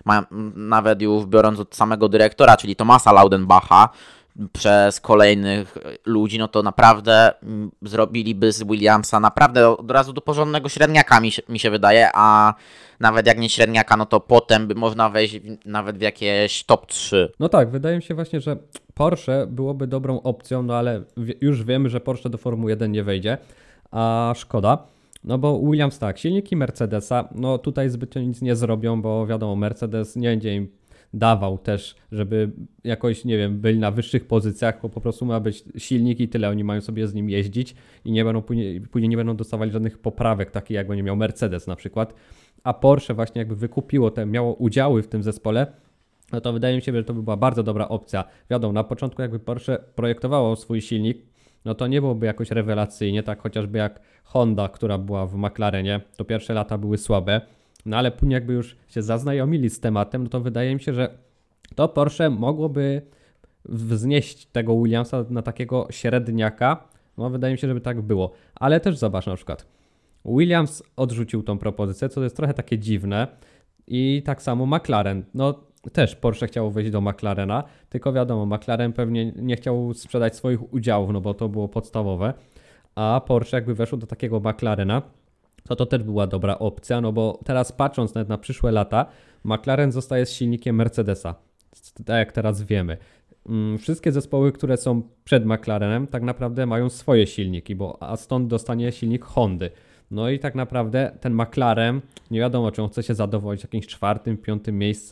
Speaker 1: nawet już biorąc od samego dyrektora, czyli Thomasa Laudenbacha, przez kolejnych ludzi, no to naprawdę zrobiliby z Williamsa naprawdę od razu do porządnego średniaka, mi się wydaje, a nawet jak nie średniaka, no to potem by można wejść nawet w jakieś top 3.
Speaker 2: No tak, wydaje mi się właśnie, że Porsche byłoby dobrą opcją, no ale już wiemy, że Porsche do Formuły 1 nie wejdzie, a szkoda. No bo Williams tak, silniki Mercedesa, no tutaj zbytnio nic nie zrobią, bo wiadomo, Mercedes nie będzie im dawał też, żeby jakoś, nie wiem, byli na wyższych pozycjach, bo po prostu ma być silnik i tyle, oni mają sobie z nim jeździć i nie będą później nie będą dostawali żadnych poprawek, takich jak będzie miał Mercedes na przykład, a Porsche właśnie jakby wykupiło miało udziały w tym zespole, no to wydaje mi się, że to by była bardzo dobra opcja. Wiadomo, na początku jakby Porsche projektowało swój silnik, no to nie byłoby jakoś rewelacyjnie, tak chociażby jak Honda, która była w McLarenie, to pierwsze lata były słabe, no ale później jakby już się zaznajomili z tematem, no to wydaje mi się, że to Porsche mogłoby wznieść tego Williamsa na takiego średniaka. No wydaje mi się, żeby tak było. Ale też zobacz na przykład. Williams odrzucił tą propozycję, co jest trochę takie dziwne. I tak samo McLaren. No też Porsche chciało wejść do McLarena, tylko wiadomo, McLaren pewnie nie chciał sprzedać swoich udziałów, no bo to było podstawowe. A Porsche jakby weszło do takiego McLarena, to też była dobra opcja, no bo teraz patrząc nawet na przyszłe lata, McLaren zostaje z silnikiem Mercedesa, tak jak teraz wiemy. Wszystkie zespoły, które są przed McLarenem, tak naprawdę mają swoje silniki, bo Aston dostanie silnik Hondy. No i tak naprawdę ten McLaren, nie wiadomo, czy on chce się zadowolić jakimś 4., 5.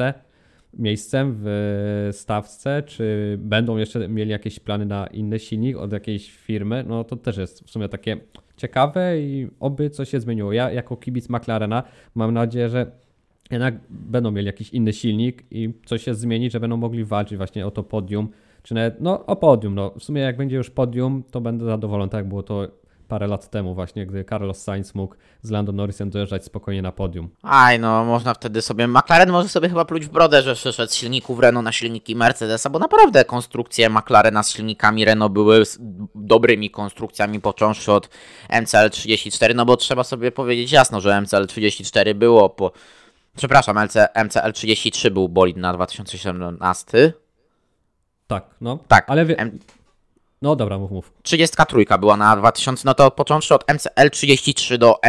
Speaker 2: miejscem w stawce, czy będą jeszcze mieli jakieś plany na inny silnik od jakiejś firmy, no to też jest w sumie takie ciekawe i oby coś się zmieniło. Ja jako kibic McLarena mam nadzieję, że jednak będą mieli jakiś inny silnik i coś się zmieni, że będą mogli walczyć właśnie o to podium, czy nawet, no o podium, no w sumie jak będzie już podium, to będę zadowolony, tak jak było to parę lat temu właśnie, gdy Carlos Sainz mógł z Lando Norrisem dojeżdżać spokojnie na podium.
Speaker 1: Aj, no można wtedy sobie, McLaren może sobie chyba pluć w brodę, że przeszedł z silników Renault na silniki Mercedesa, bo naprawdę konstrukcje McLarena z silnikami Renault były dobrymi konstrukcjami, począwszy od MCL34, no bo trzeba sobie powiedzieć jasno, że MCL34 było Przepraszam, MCL33 był bolid na 2017.
Speaker 2: Tak, no.
Speaker 1: Tak,
Speaker 2: ale no dobra, mów.
Speaker 1: 33 była na 2000, no to począwszy od MCL33 do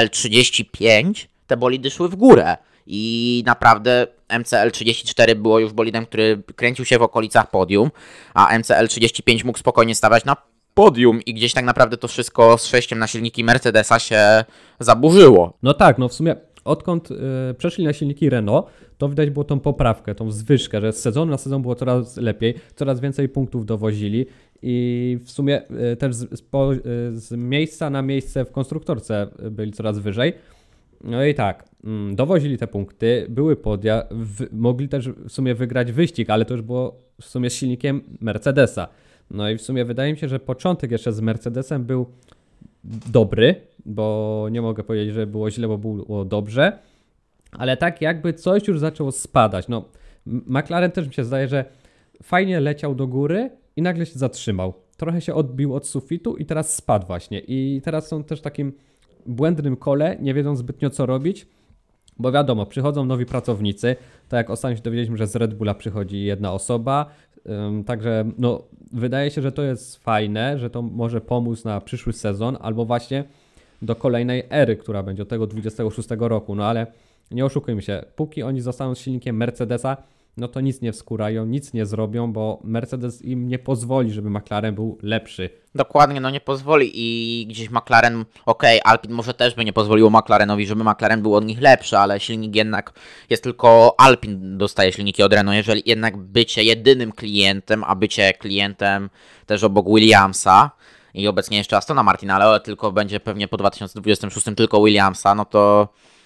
Speaker 1: MCL35 te bolidy szły w górę i naprawdę MCL34 było już bolidem, który kręcił się w okolicach podium, a MCL35 mógł spokojnie stawać na podium i gdzieś tak naprawdę to wszystko z przejściem na silniki Mercedesa się zaburzyło.
Speaker 2: No tak, no w sumie odkąd przeszli na silniki Renault, to widać było tą poprawkę, tą zwyżkę, że z sezonu na sezon było coraz lepiej, coraz więcej punktów dowozili i w sumie też z miejsca na miejsce w konstruktorce byli coraz wyżej. No i tak, dowozili te punkty, były podia, mogli też w sumie wygrać wyścig, ale to już było w sumie z silnikiem Mercedesa. No i w sumie wydaje mi się, że początek jeszcze z Mercedesem był dobry, bo nie mogę powiedzieć, że było źle, bo było dobrze, ale tak jakby coś już zaczęło spadać. No, McLaren też mi się zdaje, że fajnie leciał do góry i nagle się zatrzymał. Trochę się odbił od sufitu i teraz spadł właśnie. I teraz są też w takim błędnym kole, nie wiedzą zbytnio co robić, bo wiadomo, przychodzą nowi pracownicy, tak jak ostatnio się dowiedzieliśmy, że z Red Bulla przychodzi jedna osoba, także no, wydaje się, że to jest fajne, że to może pomóc na przyszły sezon, albo właśnie do kolejnej ery, która będzie od tego 26 roku, no ale nie oszukujmy się, póki oni zostaną z silnikiem Mercedesa, no to nic nie wskórają, nic nie zrobią, bo Mercedes im nie pozwoli, żeby McLaren był lepszy.
Speaker 1: Dokładnie, no nie pozwoli i gdzieś McLaren, Alpine może też by nie pozwoliło McLarenowi, żeby McLaren był od nich lepszy, ale silnik jednak jest tylko Alpine dostaje silniki od Renault, jeżeli jednak bycie jedynym klientem, a bycie klientem też obok Williamsa i obecnie jeszcze Astona Martina, ale tylko będzie pewnie po 2026 tylko Williamsa, no to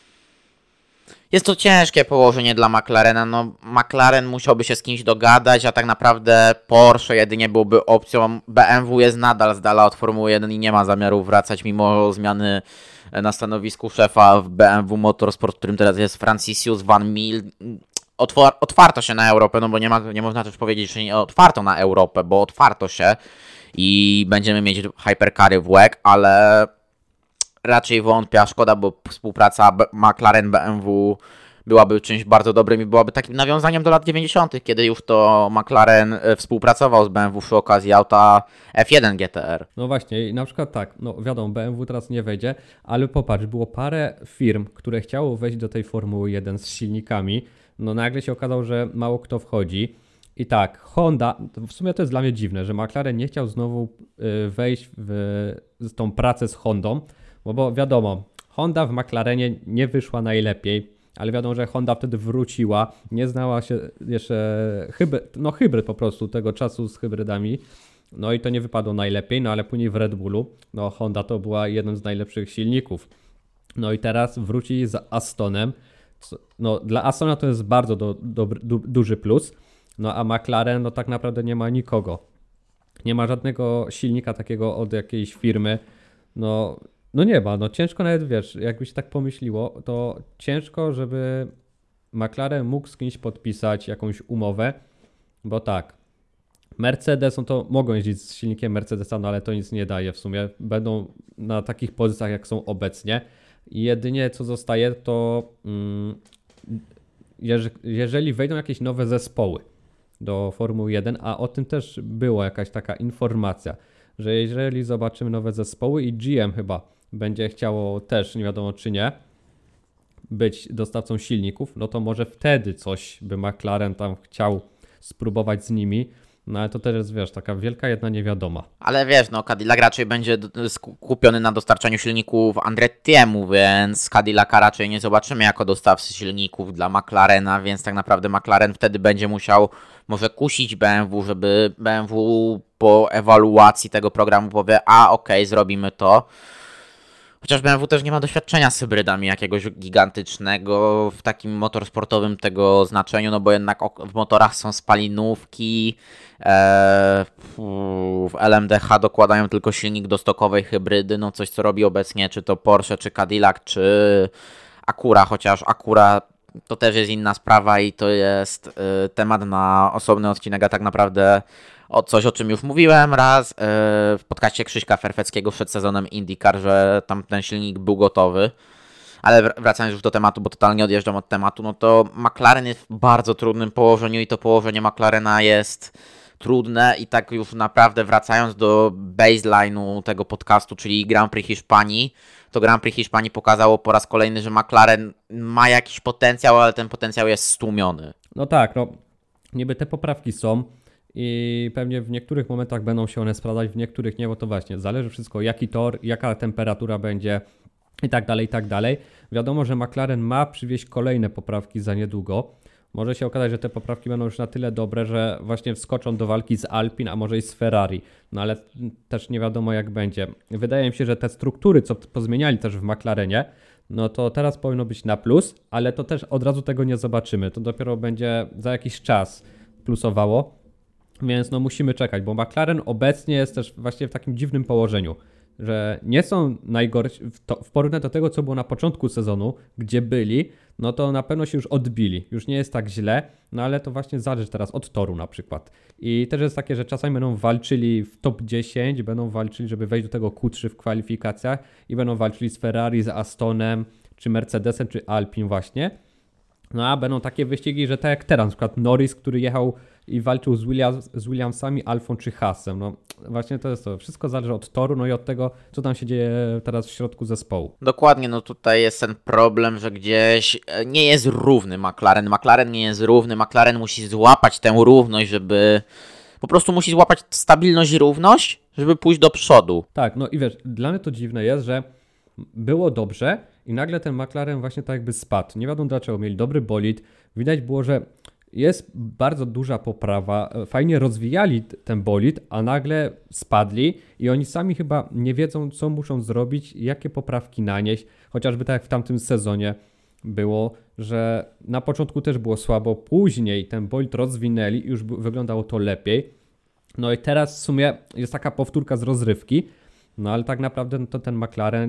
Speaker 1: jest to ciężkie położenie dla McLarena, no McLaren musiałby się z kimś dogadać, a tak naprawdę Porsche jedynie byłoby opcją. BMW jest nadal z dala od Formuły 1 i nie ma zamiaru wracać mimo zmiany na stanowisku szefa w BMW Motorsport, którym teraz jest Franciscus Van Mil. Otwarto się na Europę, no bo nie można też powiedzieć, że nie otwarto na Europę, bo otwarto się i będziemy mieć hypercary w WEC, ale raczej wątpię, a szkoda, bo współpraca McLaren-BMW byłaby czymś bardzo dobrym i byłaby takim nawiązaniem do lat 90., kiedy już to McLaren współpracował z BMW przy okazji auta F1 GTR.
Speaker 2: No właśnie, i na przykład tak, no wiadomo, BMW teraz nie wejdzie, ale popatrz, było parę firm, które chciało wejść do tej Formuły 1 z silnikami, no nagle się okazało, że mało kto wchodzi. I tak, Honda, w sumie to jest dla mnie dziwne, że McLaren nie chciał znowu wejść w tą pracę z Hondą, bo wiadomo, Honda w McLarenie nie wyszła najlepiej, ale wiadomo, że Honda wtedy wróciła, nie znała się jeszcze hybryd po prostu tego czasu z hybrydami, no i to nie wypadło najlepiej, no ale później w Red Bullu, no Honda to była jeden z najlepszych silników. No i teraz wróci z Astonem, no dla Astona to jest bardzo duży plus, no a McLaren no tak naprawdę nie ma nikogo. Nie ma żadnego silnika takiego od jakiejś firmy, no nie ma, no ciężko nawet, wiesz, jakbyś tak pomyśliło, to ciężko, żeby McLaren mógł z kimś podpisać jakąś umowę, bo tak, Mercedes, no to mogą jeździć z silnikiem Mercedesa, no ale to nic nie daje w sumie, będą na takich pozycjach jak są obecnie i jedynie co zostaje to jeżeli wejdą jakieś nowe zespoły do Formuły 1, a o tym też była jakaś taka informacja, że jeżeli zobaczymy nowe zespoły i GM chyba będzie chciało też, nie wiadomo czy nie, być dostawcą silników, no to może wtedy coś by McLaren tam chciał spróbować z nimi, no ale to też jest, wiesz, taka wielka jedna niewiadoma.
Speaker 1: Ale wiesz, no Cadillac raczej będzie skupiony na dostarczaniu silników Andrettiemu, więc Cadillaca raczej nie zobaczymy jako dostawcy silników dla McLarena, więc tak naprawdę McLaren wtedy będzie musiał może kusić BMW, żeby BMW po ewaluacji tego programu powie, okej, zrobimy to. Chociaż BMW też nie ma doświadczenia z hybrydami jakiegoś gigantycznego w takim motorsportowym tego znaczeniu, no bo jednak w motorach są spalinówki, w LMDH dokładają tylko silnik do stokowej hybrydy, no coś co robi obecnie czy to Porsche, czy Cadillac, czy Acura, chociaż Acura to też jest inna sprawa i to jest temat na osobny odcinek, a tak naprawdę coś, o czym już mówiłem raz w podcaście Krzyśka Ferfeckiego przed sezonem IndyCar, że tam ten silnik był gotowy. Ale wracając już do tematu, bo totalnie odjeżdżam od tematu, no to McLaren jest w bardzo trudnym położeniu i to położenie McLarena jest trudne i tak już naprawdę wracając do baseline'u tego podcastu, czyli Grand Prix Hiszpanii, to Grand Prix Hiszpanii pokazało po raz kolejny, że McLaren ma jakiś potencjał, ale ten potencjał jest stłumiony.
Speaker 2: No tak, no niby te poprawki są i pewnie w niektórych momentach będą się one sprawdzać, w niektórych nie, bo to właśnie zależy wszystko jaki tor, jaka temperatura będzie i tak dalej, i tak dalej. Wiadomo, że McLaren ma przywieźć kolejne poprawki za niedługo. Może się okazać, że te poprawki będą już na tyle dobre, że właśnie wskoczą do walki z Alpine, a może i z Ferrari. No ale też nie wiadomo jak będzie. Wydaje mi się, że te struktury, co pozmieniali też w McLarenie, no to teraz powinno być na plus, ale to też od razu tego nie zobaczymy. To dopiero będzie za jakiś czas plusowało, więc no musimy czekać, bo McLaren obecnie jest też właśnie w takim dziwnym położeniu, że nie są najgorsi w porównaniu do tego, co było na początku sezonu, gdzie byli, no to na pewno się już odbili. Już nie jest tak źle, no ale to właśnie zależy teraz od toru na przykład. I też jest takie, że czasami będą walczyli w top 10, będą walczyli, żeby wejść do tego Q3 w kwalifikacjach i będą walczyli z Ferrari, z Astonem, czy Mercedesem, czy Alpine właśnie. No a będą takie wyścigi, że tak jak teraz, na przykład Norris, który jechał i walczył z Williamsami, Alfą czy Haasem. No właśnie to jest to. Wszystko zależy od toru, no i od tego, co tam się dzieje teraz w środku zespołu.
Speaker 1: Dokładnie, no tutaj jest ten problem, że gdzieś nie jest równy McLaren. McLaren nie jest równy, McLaren musi złapać tę równość, żeby... Po prostu musi złapać stabilność i równość, żeby pójść do przodu.
Speaker 2: Tak, no i wiesz, dla mnie to dziwne jest, że było dobrze i nagle ten McLaren właśnie tak jakby spadł. Nie wiadomo dlaczego, mieli dobry bolid. Widać było, że jest bardzo duża poprawa, fajnie rozwijali ten bolid, a nagle spadli i oni sami chyba nie wiedzą, co muszą zrobić, jakie poprawki nanieść, chociażby tak jak w tamtym sezonie było, że na początku też było słabo, później ten bolid rozwinęli i już wyglądało to lepiej. No i teraz w sumie jest taka powtórka z rozrywki, no ale tak naprawdę no to ten McLaren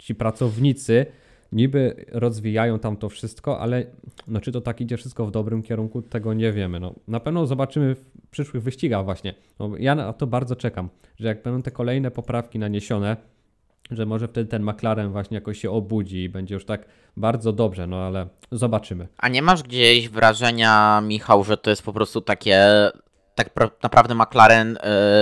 Speaker 2: ci pracownicy niby rozwijają tam to wszystko, ale no czy to tak idzie wszystko w dobrym kierunku, tego nie wiemy. No, na pewno zobaczymy w przyszłych wyścigach właśnie. No, ja na to bardzo czekam, że jak będą te kolejne poprawki naniesione, że może wtedy ten McLaren właśnie jakoś się obudzi i będzie już tak bardzo dobrze, no ale zobaczymy.
Speaker 1: A nie masz gdzieś wrażenia, Michał, że to jest po prostu takie, naprawdę McLaren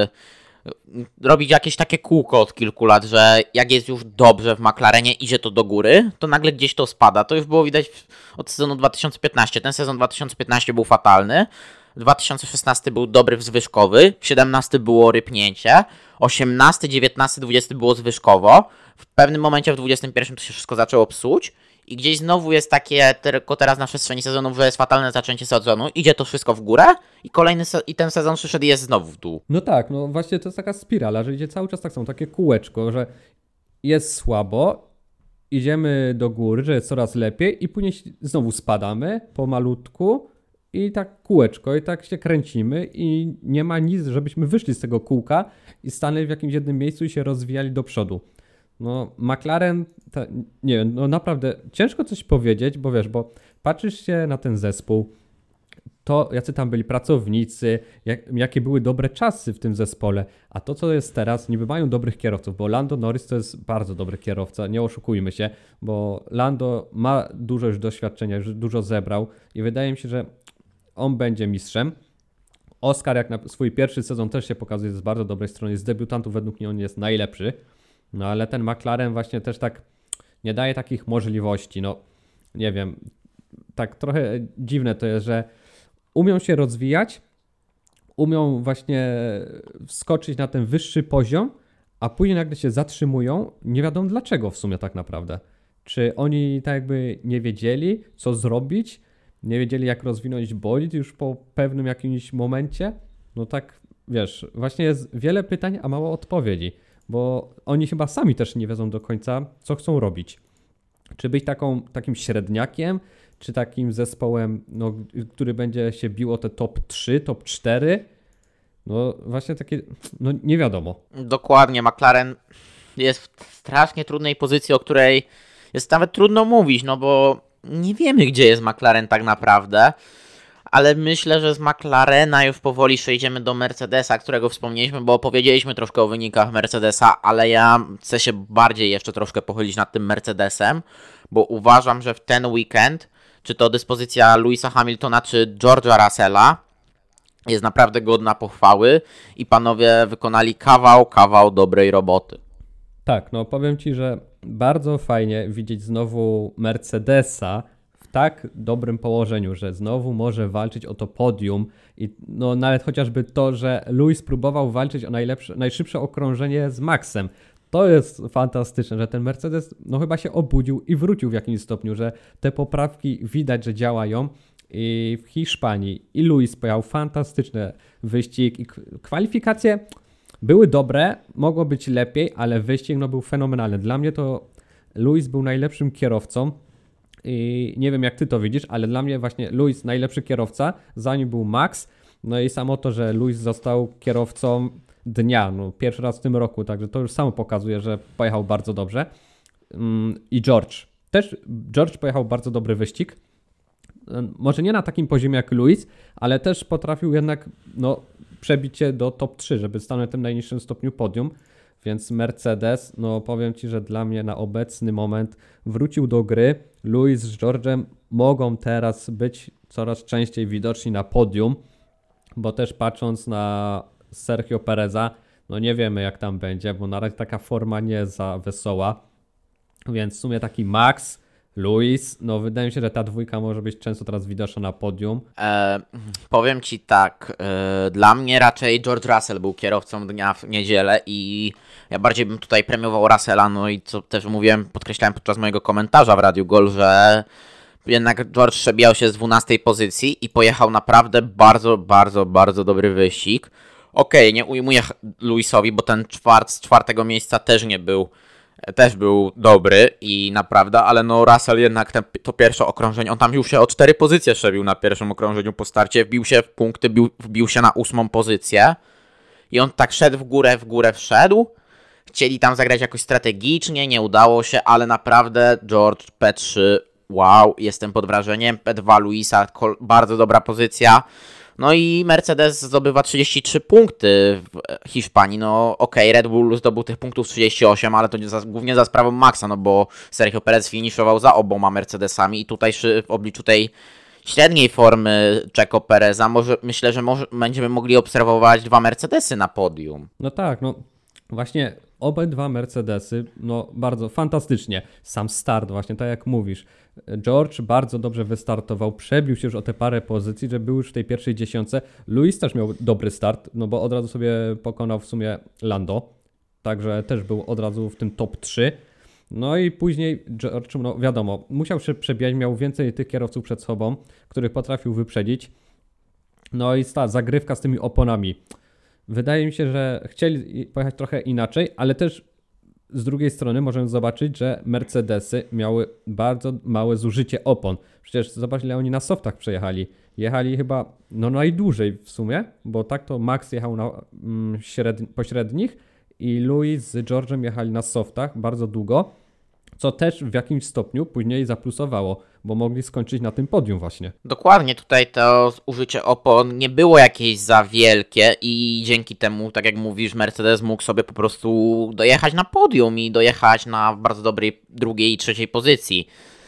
Speaker 1: robić jakieś takie kółko od kilku lat, że jak jest już dobrze w McLarenie, idzie to do góry, to nagle gdzieś to spada. To już było widać od sezonu 2015. Ten sezon 2015 był fatalny, 2016 był dobry zwyżkowy, 17 było rypnięcie, 18, 19, 20 było zwyżkowo. W pewnym momencie w 21 to się wszystko zaczęło psuć i gdzieś znowu jest takie, tylko teraz na przestrzeni sezonów, że jest fatalne zaczęcie sezonu, idzie to wszystko w górę i ten sezon przyszedł i jest znowu w dół.
Speaker 2: No tak, no właśnie to jest taka spirala, że idzie cały czas tak samo, takie kółeczko, że jest słabo, idziemy do góry, że jest coraz lepiej i później znowu spadamy pomalutku i tak kółeczko i tak się kręcimy i nie ma nic, żebyśmy wyszli z tego kółka i stanęli w jakimś jednym miejscu i się rozwijali do przodu. No McLaren, nie wiem, no naprawdę ciężko coś powiedzieć, bo wiesz, bo patrzysz się na ten zespół, to jacy tam byli pracownicy, jakie były dobre czasy w tym zespole, a to co jest teraz, niby mają dobrych kierowców, bo Lando Norris to jest bardzo dobry kierowca, nie oszukujmy się, bo Lando ma dużo już doświadczenia, już dużo zebrał i wydaje mi się, że on będzie mistrzem. Oscar jak na swój pierwszy sezon też się pokazuje z bardzo dobrej strony, z debiutantów według mnie on jest najlepszy, no ale ten McLaren właśnie też tak nie daje takich możliwości, no nie wiem, tak trochę dziwne to jest, że umią się rozwijać, umią właśnie wskoczyć na ten wyższy poziom, a później nagle się zatrzymują. Nie wiadomo dlaczego w sumie tak naprawdę. Czy oni tak jakby nie wiedzieli, co zrobić, nie wiedzieli jak rozwinąć bolid już po pewnym jakimś momencie? No tak, wiesz, właśnie jest wiele pytań, a mało odpowiedzi, bo oni chyba sami też nie wiedzą do końca, co chcą robić. Czy być takim średniakiem, czy takim zespołem, no, który będzie się bił o te top 3, top 4? No właśnie takie, no nie wiadomo.
Speaker 1: Dokładnie, McLaren jest w strasznie trudnej pozycji, o której jest nawet trudno mówić, no bo nie wiemy, gdzie jest McLaren tak naprawdę, ale myślę, że z McLarena już powoli przejdziemy do Mercedesa, którego wspomnieliśmy, bo opowiedzieliśmy troszkę o wynikach Mercedesa, ale ja chcę się bardziej jeszcze troszkę pochylić nad tym Mercedesem, bo uważam, że w ten weekend, czy to dyspozycja Lewisa Hamiltona, czy George'a Russella, jest naprawdę godna pochwały i panowie wykonali kawał dobrej roboty.
Speaker 2: Tak, no powiem Ci, że bardzo fajnie widzieć znowu Mercedesa w tak dobrym położeniu, że znowu może walczyć o to podium i no nawet chociażby to, że Lewis próbował walczyć o najszybsze okrążenie z Maxem. To jest fantastyczne, że ten Mercedes no chyba się obudził i wrócił w jakimś stopniu, że te poprawki widać, że działają. I w Hiszpanii i Lewis pojechał fantastyczny wyścig i kwalifikacje były dobre, mogło być lepiej, ale wyścig no, był fenomenalny. Dla mnie to Lewis był najlepszym kierowcą i nie wiem jak ty to widzisz, ale dla mnie właśnie Lewis najlepszy kierowca, za nim był Max, no i samo to, że Lewis został kierowcą dnia, no pierwszy raz w tym roku, także to już samo pokazuje, że pojechał bardzo dobrze. I George pojechał bardzo dobry wyścig. Może nie na takim poziomie jak Lewis, ale też potrafił jednak no, przebić się do top 3, żeby stanąć w tym najniższym stopniu podium. Więc Mercedes, no powiem Ci, że dla mnie na obecny moment wrócił do gry. Lewis z George'em mogą teraz być coraz częściej widoczni na podium, bo też patrząc na Sergio Pereza, no nie wiemy jak tam będzie, bo na razie taka forma nie jest za wesoła. Więc w sumie taki Max, Lewis, no wydaje mi się, że ta dwójka może być często teraz widoczna na podium.
Speaker 1: Powiem Ci tak, dla mnie raczej George Russell był kierowcą dnia w niedzielę i ja bardziej bym tutaj premiował Russella, no i co też mówiłem, podkreślałem podczas mojego komentarza w Radiu Gol, że jednak George przebijał się z 12 pozycji i pojechał naprawdę bardzo dobry wyścig. Okej, nie ujmuję Lewisowi, bo ten z czwartego miejsca też był dobry i naprawdę, ale no Russell jednak to pierwsze okrążenie, on tam już się o 4 pozycje przebił na pierwszym okrążeniu po starcie, wbił się w punkty, wbił się na 8 pozycję i on tak szedł w górę wszedł, chcieli tam zagrać jakoś strategicznie, nie udało się, ale naprawdę George P3, wow, jestem pod wrażeniem. P2 Luisa, bardzo dobra pozycja. No i Mercedes zdobywa 33 punkty w Hiszpanii. No okej, Red Bull zdobył tych punktów 38, ale to głównie za sprawą Maxa, no bo Sergio Perez finiszował za oboma Mercedesami i tutaj w obliczu tej średniej formy Checo Pereza myślę, że będziemy mogli obserwować 2 Mercedesy na podium.
Speaker 2: No tak, no właśnie obydwa Mercedesy, no bardzo fantastycznie. Sam start właśnie, tak jak mówisz. George bardzo dobrze wystartował, przebił się już o te parę pozycji, że był już w tej pierwszej dziesiątce. Lewis też miał dobry start, no bo od razu sobie pokonał w sumie Lando, także też był od razu w tym top 3. No i później George, no wiadomo, musiał się przebijać, miał więcej tych kierowców przed sobą, których potrafił wyprzedzić. No i ta zagrywka z tymi oponami. Wydaje mi się, że chcieli pojechać trochę inaczej, ale też z drugiej strony możemy zobaczyć, że Mercedesy miały bardzo małe zużycie opon. Przecież zobacz, ile oni na softach przejechali. Jechali chyba najdłużej w sumie, bo tak to Max jechał na pośrednich i Lewis z George'em jechali na softach bardzo długo, co też w jakimś stopniu później zaplusowało, bo mogli skończyć na tym podium właśnie.
Speaker 1: Dokładnie, tutaj to użycie opon nie było jakieś za wielkie i dzięki temu, tak jak mówisz, Mercedes mógł sobie po prostu dojechać na podium i dojechać na bardzo dobrej drugiej i trzeciej pozycji.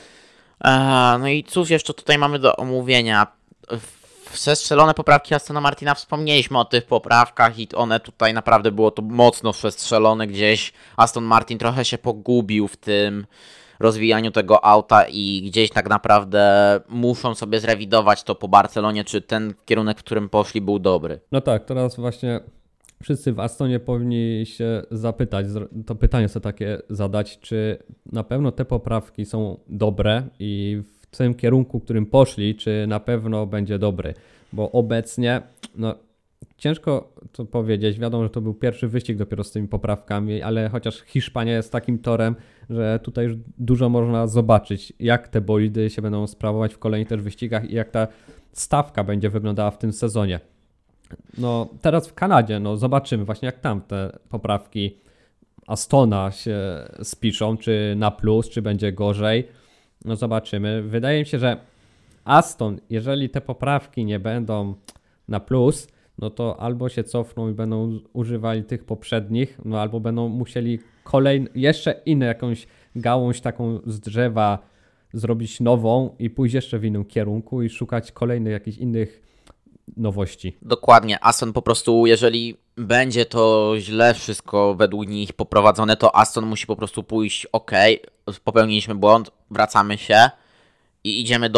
Speaker 1: No i cóż jeszcze tutaj mamy do omówienia? Przestrzelone poprawki Astona Martina, wspomnieliśmy o tych poprawkach i one tutaj naprawdę było to mocno przestrzelone gdzieś. Aston Martin trochę się pogubił w tym rozwijaniu tego auta i gdzieś tak naprawdę muszą sobie zrewidować to po Barcelonie, czy ten kierunek, w którym poszli, był dobry.
Speaker 2: No tak, teraz właśnie wszyscy w Astonie powinni się zapytać, to pytanie sobie takie zadać, czy na pewno te poprawki są dobre i w tym kierunku, w którym poszli, czy na pewno będzie dobry, bo obecnie, no ciężko to powiedzieć, wiadomo, że to był pierwszy wyścig dopiero z tymi poprawkami, ale chociaż Hiszpania jest takim torem, że tutaj już dużo można zobaczyć, jak te bolidy się będą sprawować w kolejnych też wyścigach i jak ta stawka będzie wyglądała w tym sezonie. No teraz w Kanadzie, no zobaczymy właśnie jak tam te poprawki Astona się spiszą, czy na plus, czy będzie gorzej. No zobaczymy. Wydaje mi się, że Aston, jeżeli te poprawki nie będą na plus, no to albo się cofną i będą używali tych poprzednich, no albo będą musieli jeszcze inną jakąś gałąź taką z drzewa zrobić nową i pójść jeszcze w innym kierunku i szukać kolejnych jakichś innych nowości.
Speaker 1: Dokładnie, Aston po prostu, jeżeli będzie to źle wszystko według nich poprowadzone, to Aston musi po prostu pójść, popełniliśmy błąd, wracamy się i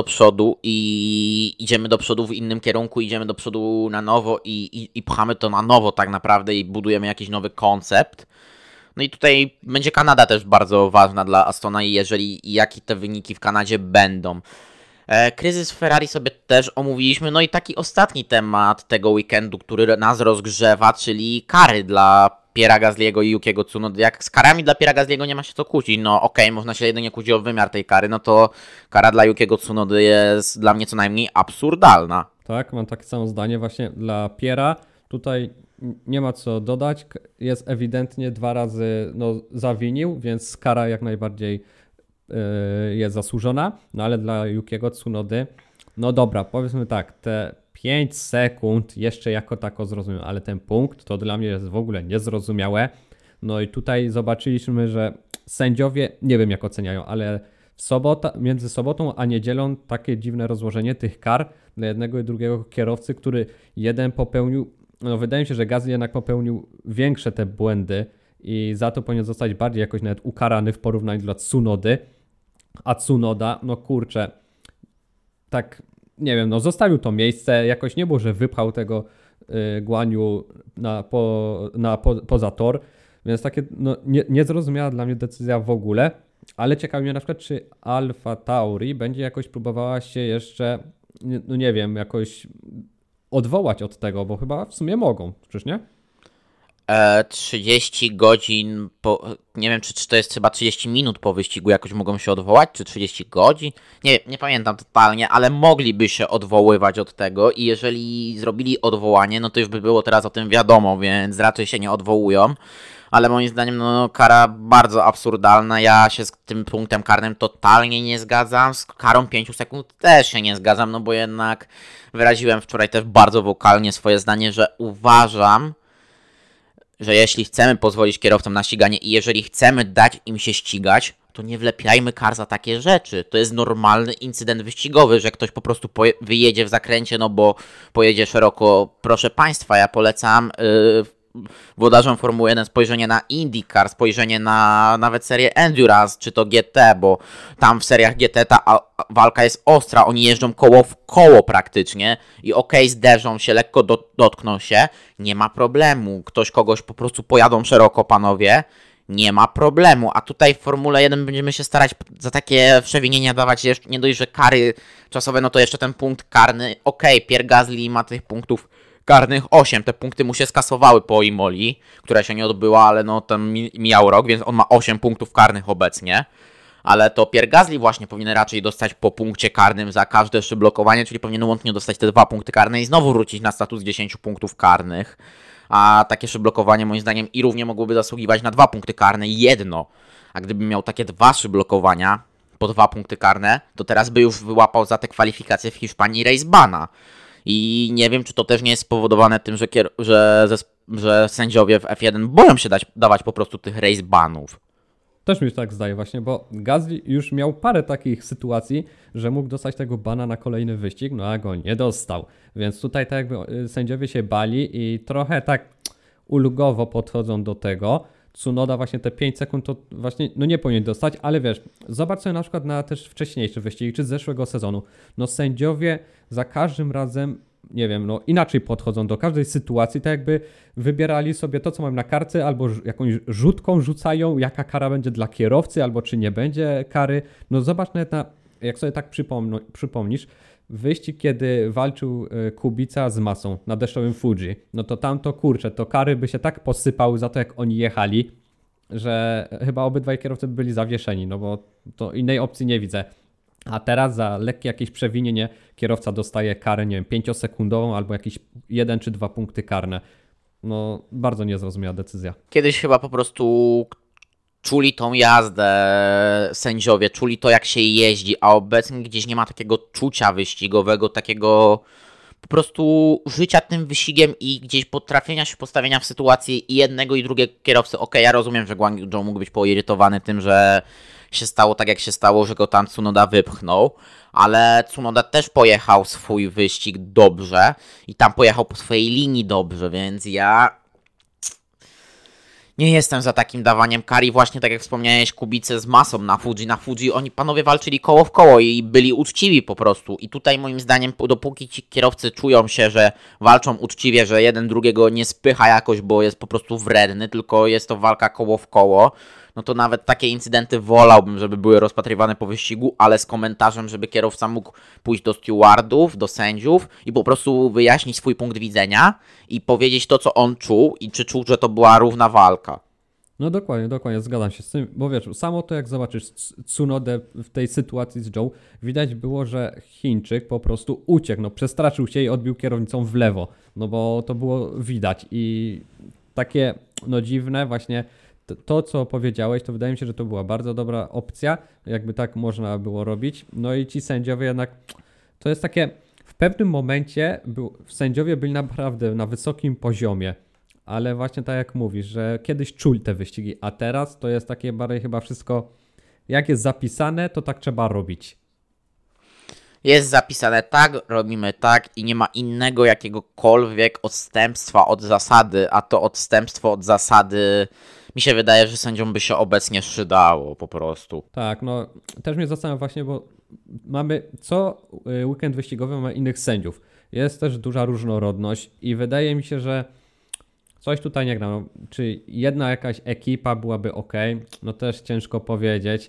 Speaker 1: idziemy do przodu w innym kierunku, idziemy do przodu na nowo i pchamy to na nowo tak naprawdę i budujemy jakiś nowy koncept. No i tutaj będzie Kanada też bardzo ważna dla Astona i jakie te wyniki w Kanadzie będą. Kryzys Ferrari sobie też omówiliśmy, no i taki ostatni temat tego weekendu, który nas rozgrzewa, czyli kary dla Pierre'a Gasly'ego i Yukiego Tsunody. Jak z karami dla Pierre'a Gasly'ego nie ma się co kłócić, no można się jedynie kłócić o wymiar tej kary, no to kara dla Yukiego Tsunody jest dla mnie co najmniej absurdalna.
Speaker 2: Tak, mam takie samo zdanie właśnie dla Pierre'a. Tutaj nie ma co dodać, jest ewidentnie 2 razy zawinił, więc kara jak najbardziej jest zasłużona, no ale dla Yukiego Tsunody, no dobra, powiedzmy tak, te 5 sekund jeszcze jako tako zrozumiem, ale ten punkt to dla mnie jest w ogóle niezrozumiałe. No i tutaj zobaczyliśmy, że sędziowie, nie wiem jak oceniają, ale między sobotą a niedzielą takie dziwne rozłożenie tych kar dla jednego i drugiego kierowcy, który jeden popełnił, no wydaje mi się, że Gasly jednak popełnił większe te błędy i za to powinien zostać bardziej jakoś nawet ukarany w porównaniu dla Tsunody. A Tsunoda, no kurczę, tak nie wiem, zostawił to miejsce, jakoś nie było, że wypchał tego Guanyu poza tor, więc takie niezrozumiała dla mnie decyzja w ogóle, ale ciekawi mnie na przykład, czy Alfa Tauri będzie jakoś próbowała się jeszcze, nie wiem, jakoś odwołać od tego, bo chyba w sumie mogą, czyż nie?
Speaker 1: 30 godzin nie wiem, czy to jest chyba 30 minut po wyścigu jakoś mogą się odwołać, czy 30 godzin? Nie pamiętam totalnie, ale mogliby się odwoływać od tego i jeżeli zrobili odwołanie, no to już by było teraz o tym wiadomo, więc raczej się nie odwołują. Ale moim zdaniem, no, kara bardzo absurdalna. Ja się z tym punktem karnym totalnie nie zgadzam. Z karą 5 sekund też się nie zgadzam, no bo jednak wyraziłem wczoraj też bardzo wokalnie swoje zdanie, że uważam, że jeśli chcemy pozwolić kierowcom na ściganie i jeżeli chcemy dać im się ścigać, to nie wlepiajmy kar za takie rzeczy. To jest normalny incydent wyścigowy, że ktoś po prostu wyjedzie w zakręcie, no bo pojedzie szeroko. Proszę Państwa, ja polecam włodarzom Formuły 1 spojrzenie na IndyCar, spojrzenie na nawet serię Endurance, czy to GT, bo tam w seriach GT ta walka jest ostra, oni jeżdżą koło w koło praktycznie i zderzą się, lekko dotkną się, nie ma problemu, ktoś kogoś po prostu pojadą szeroko, panowie, nie ma problemu, a tutaj w Formule 1 będziemy się starać za takie przewinienia dawać jeszcze, nie dość, że kary czasowe, no to jeszcze ten punkt karny, Pierre Gasly ma tych punktów karnych 8, te punkty mu się skasowały po Imoli, która się nie odbyła, ale no tam mijał rok, więc on ma 8 punktów karnych obecnie. Ale to Pierre Gasly właśnie powinien raczej dostać po punkcie karnym za każde szyblokowanie, czyli powinien łącznie dostać te 2 punkty karne i znowu wrócić na status 10 punktów karnych. A takie szyblokowanie moim zdaniem i równie mogłoby zasługiwać na 2 punkty karne i jedno. A gdyby miał takie 2 szyblokowania po 2 punkty karne, to teraz by już wyłapał za te kwalifikacje w Hiszpanii race bana. I nie wiem, czy to też nie jest spowodowane tym, że sędziowie w F1 boją się dawać po prostu tych race banów.
Speaker 2: Też mi się tak zdaje właśnie, bo Gasly już miał parę takich sytuacji, że mógł dostać tego bana na kolejny wyścig, no a go nie dostał. Więc tutaj tak jakby sędziowie się bali i trochę tak ulgowo podchodzą do tego. Tsunoda właśnie te 5 sekund to właśnie no nie powinien dostać, ale wiesz, zobacz sobie na przykład na też wcześniejsze wyścigi, czy z zeszłego sezonu. No sędziowie za każdym razem, nie wiem, no inaczej podchodzą do każdej sytuacji, tak jakby wybierali sobie to, co mają na kartce, albo jakąś rzutką rzucają, jaka kara będzie dla kierowcy, albo czy nie będzie kary. No zobacz nawet jak sobie tak przypomnisz, wyścig, kiedy walczył Kubica z Masą na deszczowym Fuji, no to tamto kurczę, to kary by się tak posypały za to, jak oni jechali, że chyba obydwaj kierowcy byli zawieszeni, no bo to innej opcji nie widzę. A teraz za lekkie jakieś przewinienie kierowca dostaje karę, nie wiem, 5-sekundową albo jakieś 1 czy 2 punkty karne. No bardzo niezrozumiała decyzja.
Speaker 1: Kiedyś chyba po prostu czuli tą jazdę sędziowie, czuli to jak się jeździ, a obecnie gdzieś nie ma takiego czucia wyścigowego, takiego po prostu życia tym wyścigiem i gdzieś potrafienia się postawienia w sytuacji i jednego i drugiego kierowcy. Ja rozumiem, że Guang Yu Zhou mógł być poirytowany tym, że się stało tak jak się stało, że go tam Tsunoda wypchnął, ale Tsunoda też pojechał swój wyścig dobrze i tam pojechał po swojej linii dobrze, więc ja nie jestem za takim dawaniem kari. Właśnie tak jak wspomniałeś, Kubice z Masą na Fuji. Na Fuji oni panowie walczyli koło w koło i byli uczciwi po prostu. I tutaj moim zdaniem, dopóki ci kierowcy czują się, że walczą uczciwie, że jeden drugiego nie spycha jakoś, bo jest po prostu wredny, tylko jest to walka koło w koło, no to nawet takie incydenty wolałbym, żeby były rozpatrywane po wyścigu, ale z komentarzem, żeby kierowca mógł pójść do stewardów, do sędziów i po prostu wyjaśnić swój punkt widzenia i powiedzieć to, co on czuł i czy czuł, że to była równa walka.
Speaker 2: No dokładnie, zgadzam się z tym, bo wiesz, samo to jak zobaczysz Tsunodę w tej sytuacji z Zhou, widać było, że Chińczyk po prostu uciekł, no przestraszył się i odbił kierownicą w lewo, no bo to było widać i takie no dziwne właśnie to, co powiedziałeś, to wydaje mi się, że to była bardzo dobra opcja, jakby tak można było robić. No i ci sędziowie jednak, to jest takie, w pewnym momencie sędziowie byli naprawdę na wysokim poziomie, ale właśnie tak jak mówisz, że kiedyś czuli te wyścigi, a teraz to jest takie bardziej chyba wszystko, jak jest zapisane, to tak trzeba robić.
Speaker 1: Jest zapisane tak, robimy tak i nie ma innego jakiegokolwiek odstępstwa od zasady, a to odstępstwo od zasady mi się wydaje, że sędziom by się obecnie przydało po prostu.
Speaker 2: Tak, no też mnie zastanawia właśnie, bo mamy co weekend wyścigowy mamy innych sędziów. Jest też duża różnorodność i wydaje mi się, że coś tutaj nie gra. No, czy jedna jakaś ekipa byłaby ok? No też ciężko powiedzieć.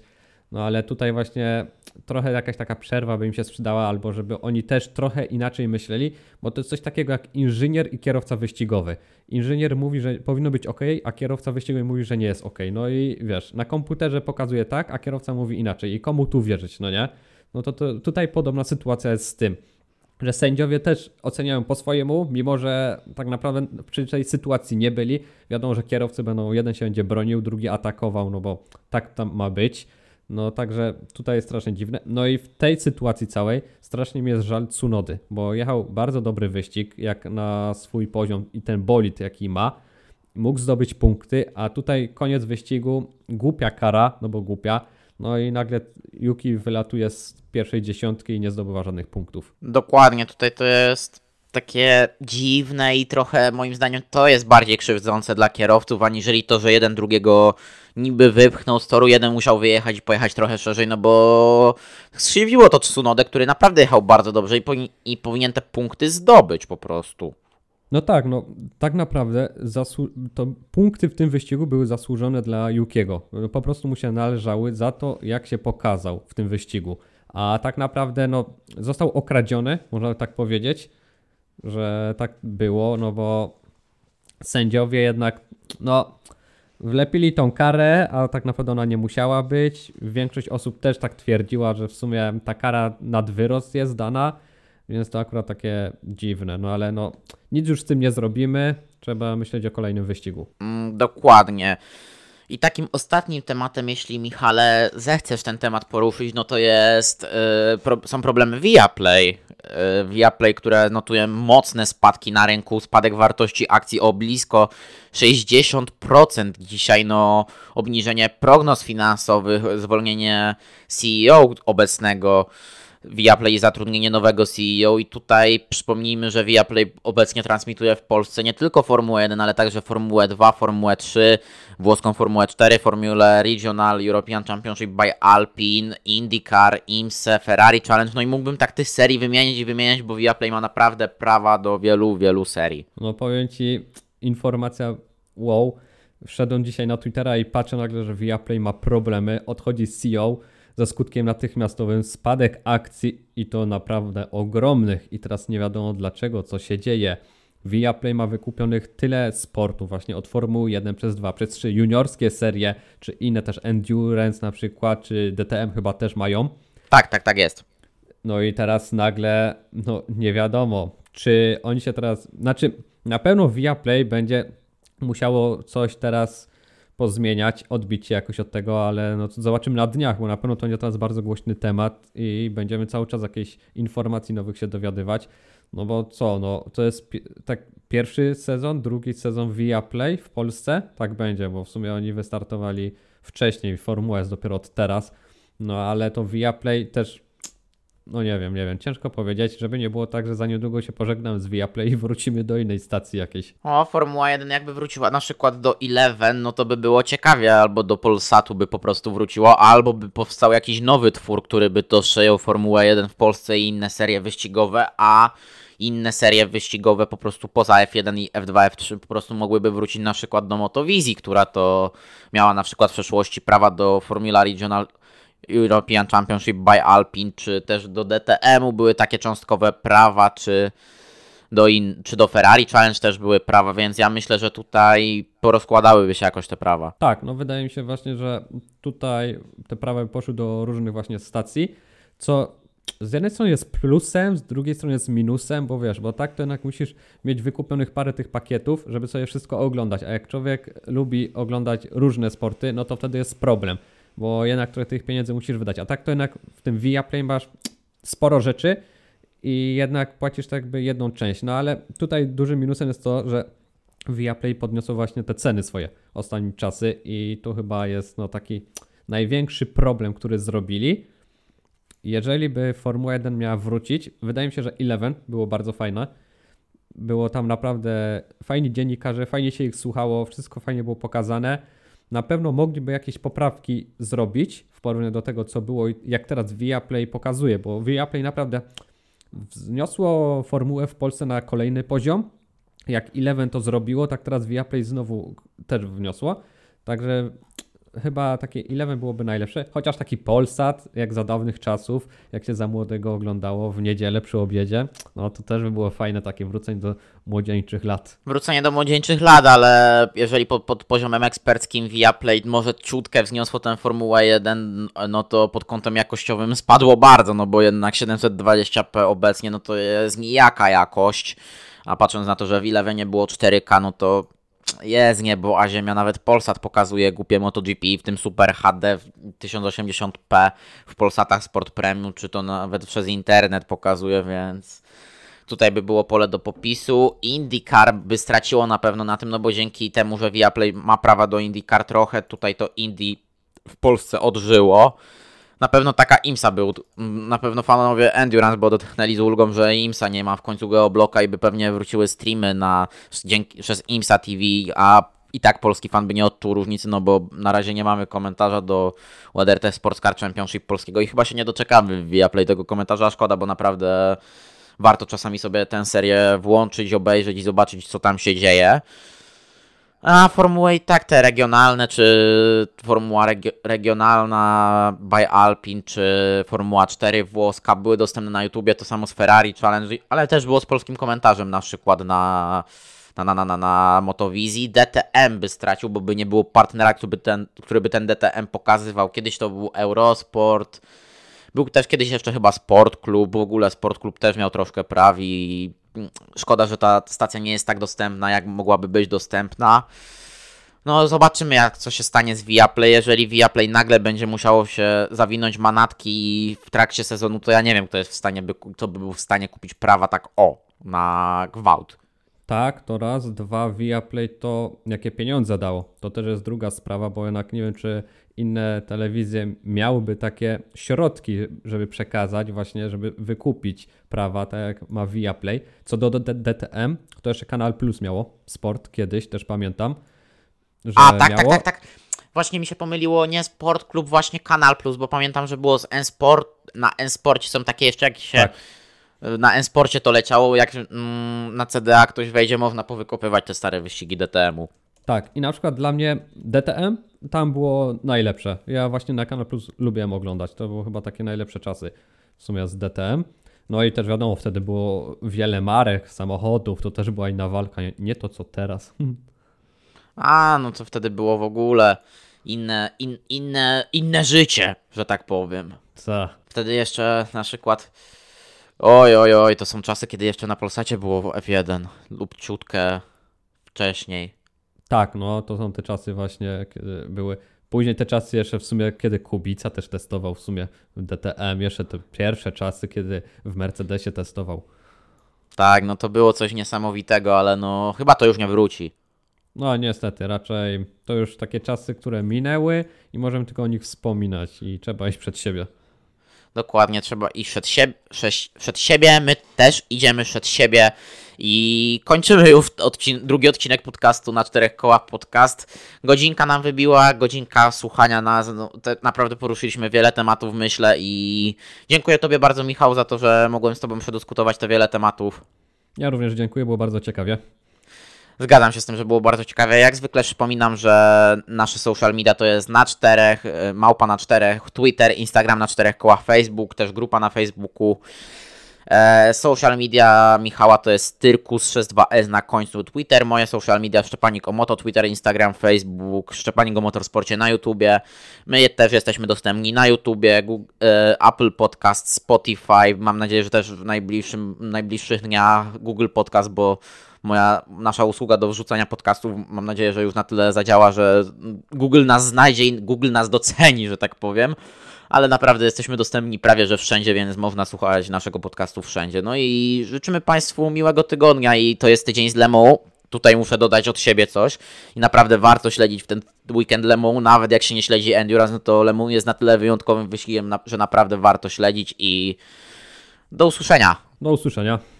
Speaker 2: No ale tutaj właśnie trochę jakaś taka przerwa by im się sprzedała, albo żeby oni też trochę inaczej myśleli, bo to jest coś takiego jak inżynier i kierowca wyścigowy. Inżynier mówi, że powinno być ok, a kierowca wyścigowy mówi, że nie jest ok. No i wiesz, na komputerze pokazuje tak, a kierowca mówi inaczej. I komu tu wierzyć, no nie? No to tutaj podobna sytuacja jest z tym, że sędziowie też oceniają po swojemu, mimo że tak naprawdę przy tej sytuacji nie byli. Wiadomo, że kierowcy będą, jeden się będzie bronił, drugi atakował, no bo tak tam ma być. No także tutaj jest strasznie dziwne. No i w tej sytuacji całej strasznie mi jest żal Tsunody, bo jechał bardzo dobry wyścig, jak na swój poziom i ten bolid jaki ma. Mógł zdobyć punkty, a tutaj koniec wyścigu, głupia kara, no bo głupia. No i nagle Yuki wylatuje z pierwszej dziesiątki i nie zdobywa żadnych punktów.
Speaker 1: Dokładnie, tutaj to jest takie dziwne i trochę moim zdaniem to jest bardziej krzywdzące dla kierowców, aniżeli to, że jeden drugiego niby wypchnął z toru, jeden musiał wyjechać i pojechać trochę szerzej, no bo skrzywiło to Tsunodę, który naprawdę jechał bardzo dobrze i powinien te punkty zdobyć po prostu.
Speaker 2: No tak, no tak naprawdę to punkty w tym wyścigu były zasłużone dla Yukiego. Po prostu mu się należały za to, jak się pokazał w tym wyścigu. A tak naprawdę no, został okradziony, można tak powiedzieć, że tak było, no bo sędziowie jednak no, wlepili tą karę, a tak naprawdę ona nie musiała być. Większość osób też tak twierdziła, że w sumie ta kara nad wyrost jest dana, więc to akurat takie dziwne, no ale no nic już z tym nie zrobimy, trzeba myśleć o kolejnym wyścigu.
Speaker 1: Dokładnie. I takim ostatnim tematem, jeśli Michale zechcesz ten temat poruszyć, no to jest, są problemy Viaplay. Viaplay, które notuje mocne spadki na rynku, spadek wartości akcji o blisko 60% dzisiaj, no obniżenie prognoz finansowych, zwolnienie CEO obecnego Viaplay i zatrudnienie nowego CEO i tutaj przypomnijmy, że Viaplay obecnie transmituje w Polsce nie tylko Formułę 1, ale także Formułę 2, Formułę 3, włoską Formułę 4, Formule Regional, European Championship by Alpine, IndyCar, IMSA, Ferrari Challenge, no i mógłbym tak tych serii wymieniać, bo Viaplay ma naprawdę prawa do wielu serii.
Speaker 2: No powiem Ci, informacja wow, wszedłem dzisiaj na Twittera i patrzę nagle, że Viaplay ma problemy, odchodzi CEO, ze skutkiem natychmiastowym spadek akcji i to naprawdę ogromnych i teraz nie wiadomo dlaczego, co się dzieje. Viaplay ma wykupionych tyle sportów właśnie od Formuły 1 przez 2, przez 3 juniorskie serie, czy inne też Endurance na przykład, czy DTM chyba też mają.
Speaker 1: Tak jest.
Speaker 2: No i teraz nagle, no nie wiadomo, czy oni się teraz, znaczy na pewno Viaplay będzie musiało coś teraz pozmieniać, odbić się jakoś od tego, ale no to zobaczymy na dniach, bo na pewno to będzie teraz bardzo głośny temat i będziemy cały czas jakiejś informacji nowych się dowiadywać. No bo co, no to jest tak pierwszy sezon, drugi sezon Viaplay w Polsce? Tak będzie, bo w sumie oni wystartowali wcześniej, Formuła jest dopiero od teraz, no ale to Viaplay też no nie wiem, ciężko powiedzieć, żeby nie było tak, że za niedługo się pożegnam z Viaplay i wrócimy do innej stacji jakiejś.
Speaker 1: O, Formuła 1 jakby wróciła na przykład do Eleven, no to by było ciekawie, albo do Polsatu by po prostu wróciło, albo by powstał jakiś nowy twór, który by to przejął Formułę 1 w Polsce i inne serie wyścigowe, a inne serie wyścigowe po prostu poza F1 i F2, F3 po prostu mogłyby wrócić na przykład do Motovizji, która to miała na przykład w przeszłości prawa do Formula Regional European Championship by Alpine, czy też do DTM-u były takie cząstkowe prawa, czy do Ferrari Challenge też były prawa, więc ja myślę, że tutaj porozkładałyby się jakoś te prawa.
Speaker 2: Tak, no wydaje mi się właśnie, że tutaj te prawa poszły do różnych właśnie stacji, co z jednej strony jest plusem, z drugiej strony jest minusem, bo wiesz, bo tak to jednak musisz mieć wykupionych parę tych pakietów, żeby sobie wszystko oglądać, a jak człowiek lubi oglądać różne sporty, no to wtedy jest problem, bo jednak trochę tych pieniędzy musisz wydać, a tak to jednak w tym Viaplay masz sporo rzeczy i jednak płacisz tak jakby jedną część, no ale tutaj dużym minusem jest to, że Viaplay podniosło właśnie te ceny swoje ostatnim czasy i to chyba jest no taki największy problem, który zrobili. Jeżeli by Formuła 1 miała wrócić, wydaje mi się, że Eleven było bardzo fajne. Było tam naprawdę fajni dziennikarze, fajnie się ich słuchało, wszystko fajnie było pokazane. Na pewno mogliby jakieś poprawki zrobić w porównaniu do tego, co było i jak teraz Viaplay pokazuje, bo Viaplay naprawdę wzniosło formułę w Polsce na kolejny poziom. Jak Eleven to zrobiło, tak teraz Viaplay znowu też wniosło. Także chyba takie Eleven byłoby najlepsze, chociaż taki Polsat, jak za dawnych czasów, jak się za młodego oglądało w niedzielę przy obiedzie, no to też by było fajne takie wrócenie do młodzieńczych lat.
Speaker 1: Wrócenie do młodzieńczych lat, ale jeżeli pod poziomem eksperckim Viaplay może ciutkę wzniosło tę Formułę 1, no to pod kątem jakościowym spadło bardzo, no bo jednak 720p obecnie, no to jest nijaka jakość, a patrząc na to, że w Elevenie było 4K, no to jest niebo, a ziemia. Nawet Polsat pokazuje głupie MotoGP w tym Super HD w 1080p w Polsatach Sport Premium, czy to nawet przez internet pokazuje, więc tutaj by było pole do popisu. IndyCar by straciło na pewno na tym, no bo dzięki temu, że Viaplay ma prawa do IndyCar trochę, tutaj to Indy w Polsce odżyło. Na pewno taka IMSA był, na pewno fanowie Endurance, bo dotknęli z ulgą, że IMSA nie ma w końcu geobloka i by pewnie wróciły streamy przez IMSA TV, a i tak polski fan by nie odczuł różnicy, no bo na razie nie mamy komentarza do WDRT Sports Car Championship polskiego i chyba się nie doczekamy w Viaplay tego komentarza, a szkoda, bo naprawdę warto czasami sobie tę serię włączyć, obejrzeć i zobaczyć, co tam się dzieje. A formuły i tak te regionalne, czy formuła regionalna by Alpine, czy Formuła 4 włoska były dostępne na YouTubie, to samo z Ferrari Challenge, ale też było z polskim komentarzem na przykład na Motowizji. DTM by stracił, bo by nie było partnera, który by ten DTM pokazywał. Kiedyś to był Eurosport, był też kiedyś jeszcze chyba Sport Club, w ogóle Sport Club też miał troszkę praw i szkoda, że ta stacja nie jest tak dostępna, jak mogłaby być dostępna. No zobaczymy, co się stanie z Viaplay. Jeżeli Viaplay nagle będzie musiało się zawinąć manatki w trakcie sezonu, to ja nie wiem, kto by był w stanie kupić prawa tak na gwałt.
Speaker 2: Tak, to raz. Dwa, Viaplay to jakie pieniądze dało. To też jest druga sprawa, bo jednak nie wiem, czy inne telewizje miałyby takie środki, żeby przekazać właśnie, żeby wykupić prawa, tak jak ma Viaplay. Co do DTM, to jeszcze Kanal Plus miało sport kiedyś, też pamiętam, że miało.
Speaker 1: Tak. Właśnie mi się pomyliło, nie Sport Klub, właśnie Kanal Plus, bo pamiętam, że było z N-Sport, na N-Sporcie są takie jeszcze jakieś... Tak. Na N-Sporcie to leciało, jak na CDA ktoś wejdzie, można powykopywać te stare wyścigi DTM-u.
Speaker 2: Tak, i na przykład dla mnie DTM tam było najlepsze. Ja właśnie na Kanal Plus lubiłem oglądać. To były chyba takie najlepsze czasy w sumie z DTM. No i też wiadomo, wtedy było wiele marek, samochodów, to też była inna walka, nie to co teraz.
Speaker 1: No to wtedy było w ogóle inne życie, że tak powiem.
Speaker 2: Co?
Speaker 1: Wtedy jeszcze na przykład... Oj, to są czasy, kiedy jeszcze na Polsacie było F1 lub ciutkę wcześniej.
Speaker 2: Tak, no to są te czasy właśnie, kiedy były. Później te czasy jeszcze w sumie, kiedy Kubica też testował w sumie w DTM, jeszcze te pierwsze czasy, kiedy w Mercedesie testował.
Speaker 1: Tak, no to było coś niesamowitego, ale no chyba to już nie wróci.
Speaker 2: No niestety, raczej to już takie czasy, które minęły i możemy tylko o nich wspominać i trzeba iść przed siebie.
Speaker 1: Dokładnie, trzeba iść przed siebie, my też idziemy przed siebie i kończymy już drugi odcinek podcastu na 4 kołach podcast. Godzinka nam wybiła, godzinka słuchania nas, no, naprawdę poruszyliśmy wiele tematów, myślę, i dziękuję Tobie bardzo, Michał, za to, że mogłem z Tobą przedyskutować te wiele tematów.
Speaker 2: Ja również dziękuję, było bardzo ciekawie.
Speaker 1: Zgadzam się z tym, że było bardzo ciekawe. Jak zwykle przypominam, że nasze social media to jest na 4, małpa na 4, Twitter, Instagram na 4 kołach, Facebook, też grupa na Facebooku. Social media Michała to jest Tyrkus62S na końcu Twitter. Moje social media Szczepanik o Moto, Twitter, Instagram, Facebook, Szczepanik o Motorsporcie na YouTubie. My też jesteśmy dostępni na YouTubie, Google, Apple Podcast, Spotify. Mam nadzieję, że też w najbliższych dniach Google Podcast, bo nasza usługa do wrzucania podcastów, mam nadzieję, że już na tyle zadziała, że Google nas znajdzie i Google nas doceni, że tak powiem. Ale naprawdę jesteśmy dostępni prawie że wszędzie, więc można słuchać naszego podcastu wszędzie. No i życzymy Państwu miłego tygodnia i to jest tydzień z Le Mans. Tutaj muszę dodać od siebie coś i naprawdę warto śledzić w ten weekend Le Mans. Nawet jak się nie śledzi Endurance, no to Le Mans jest na tyle wyjątkowym wyścigiem, że naprawdę warto śledzić i do usłyszenia.
Speaker 2: Do usłyszenia.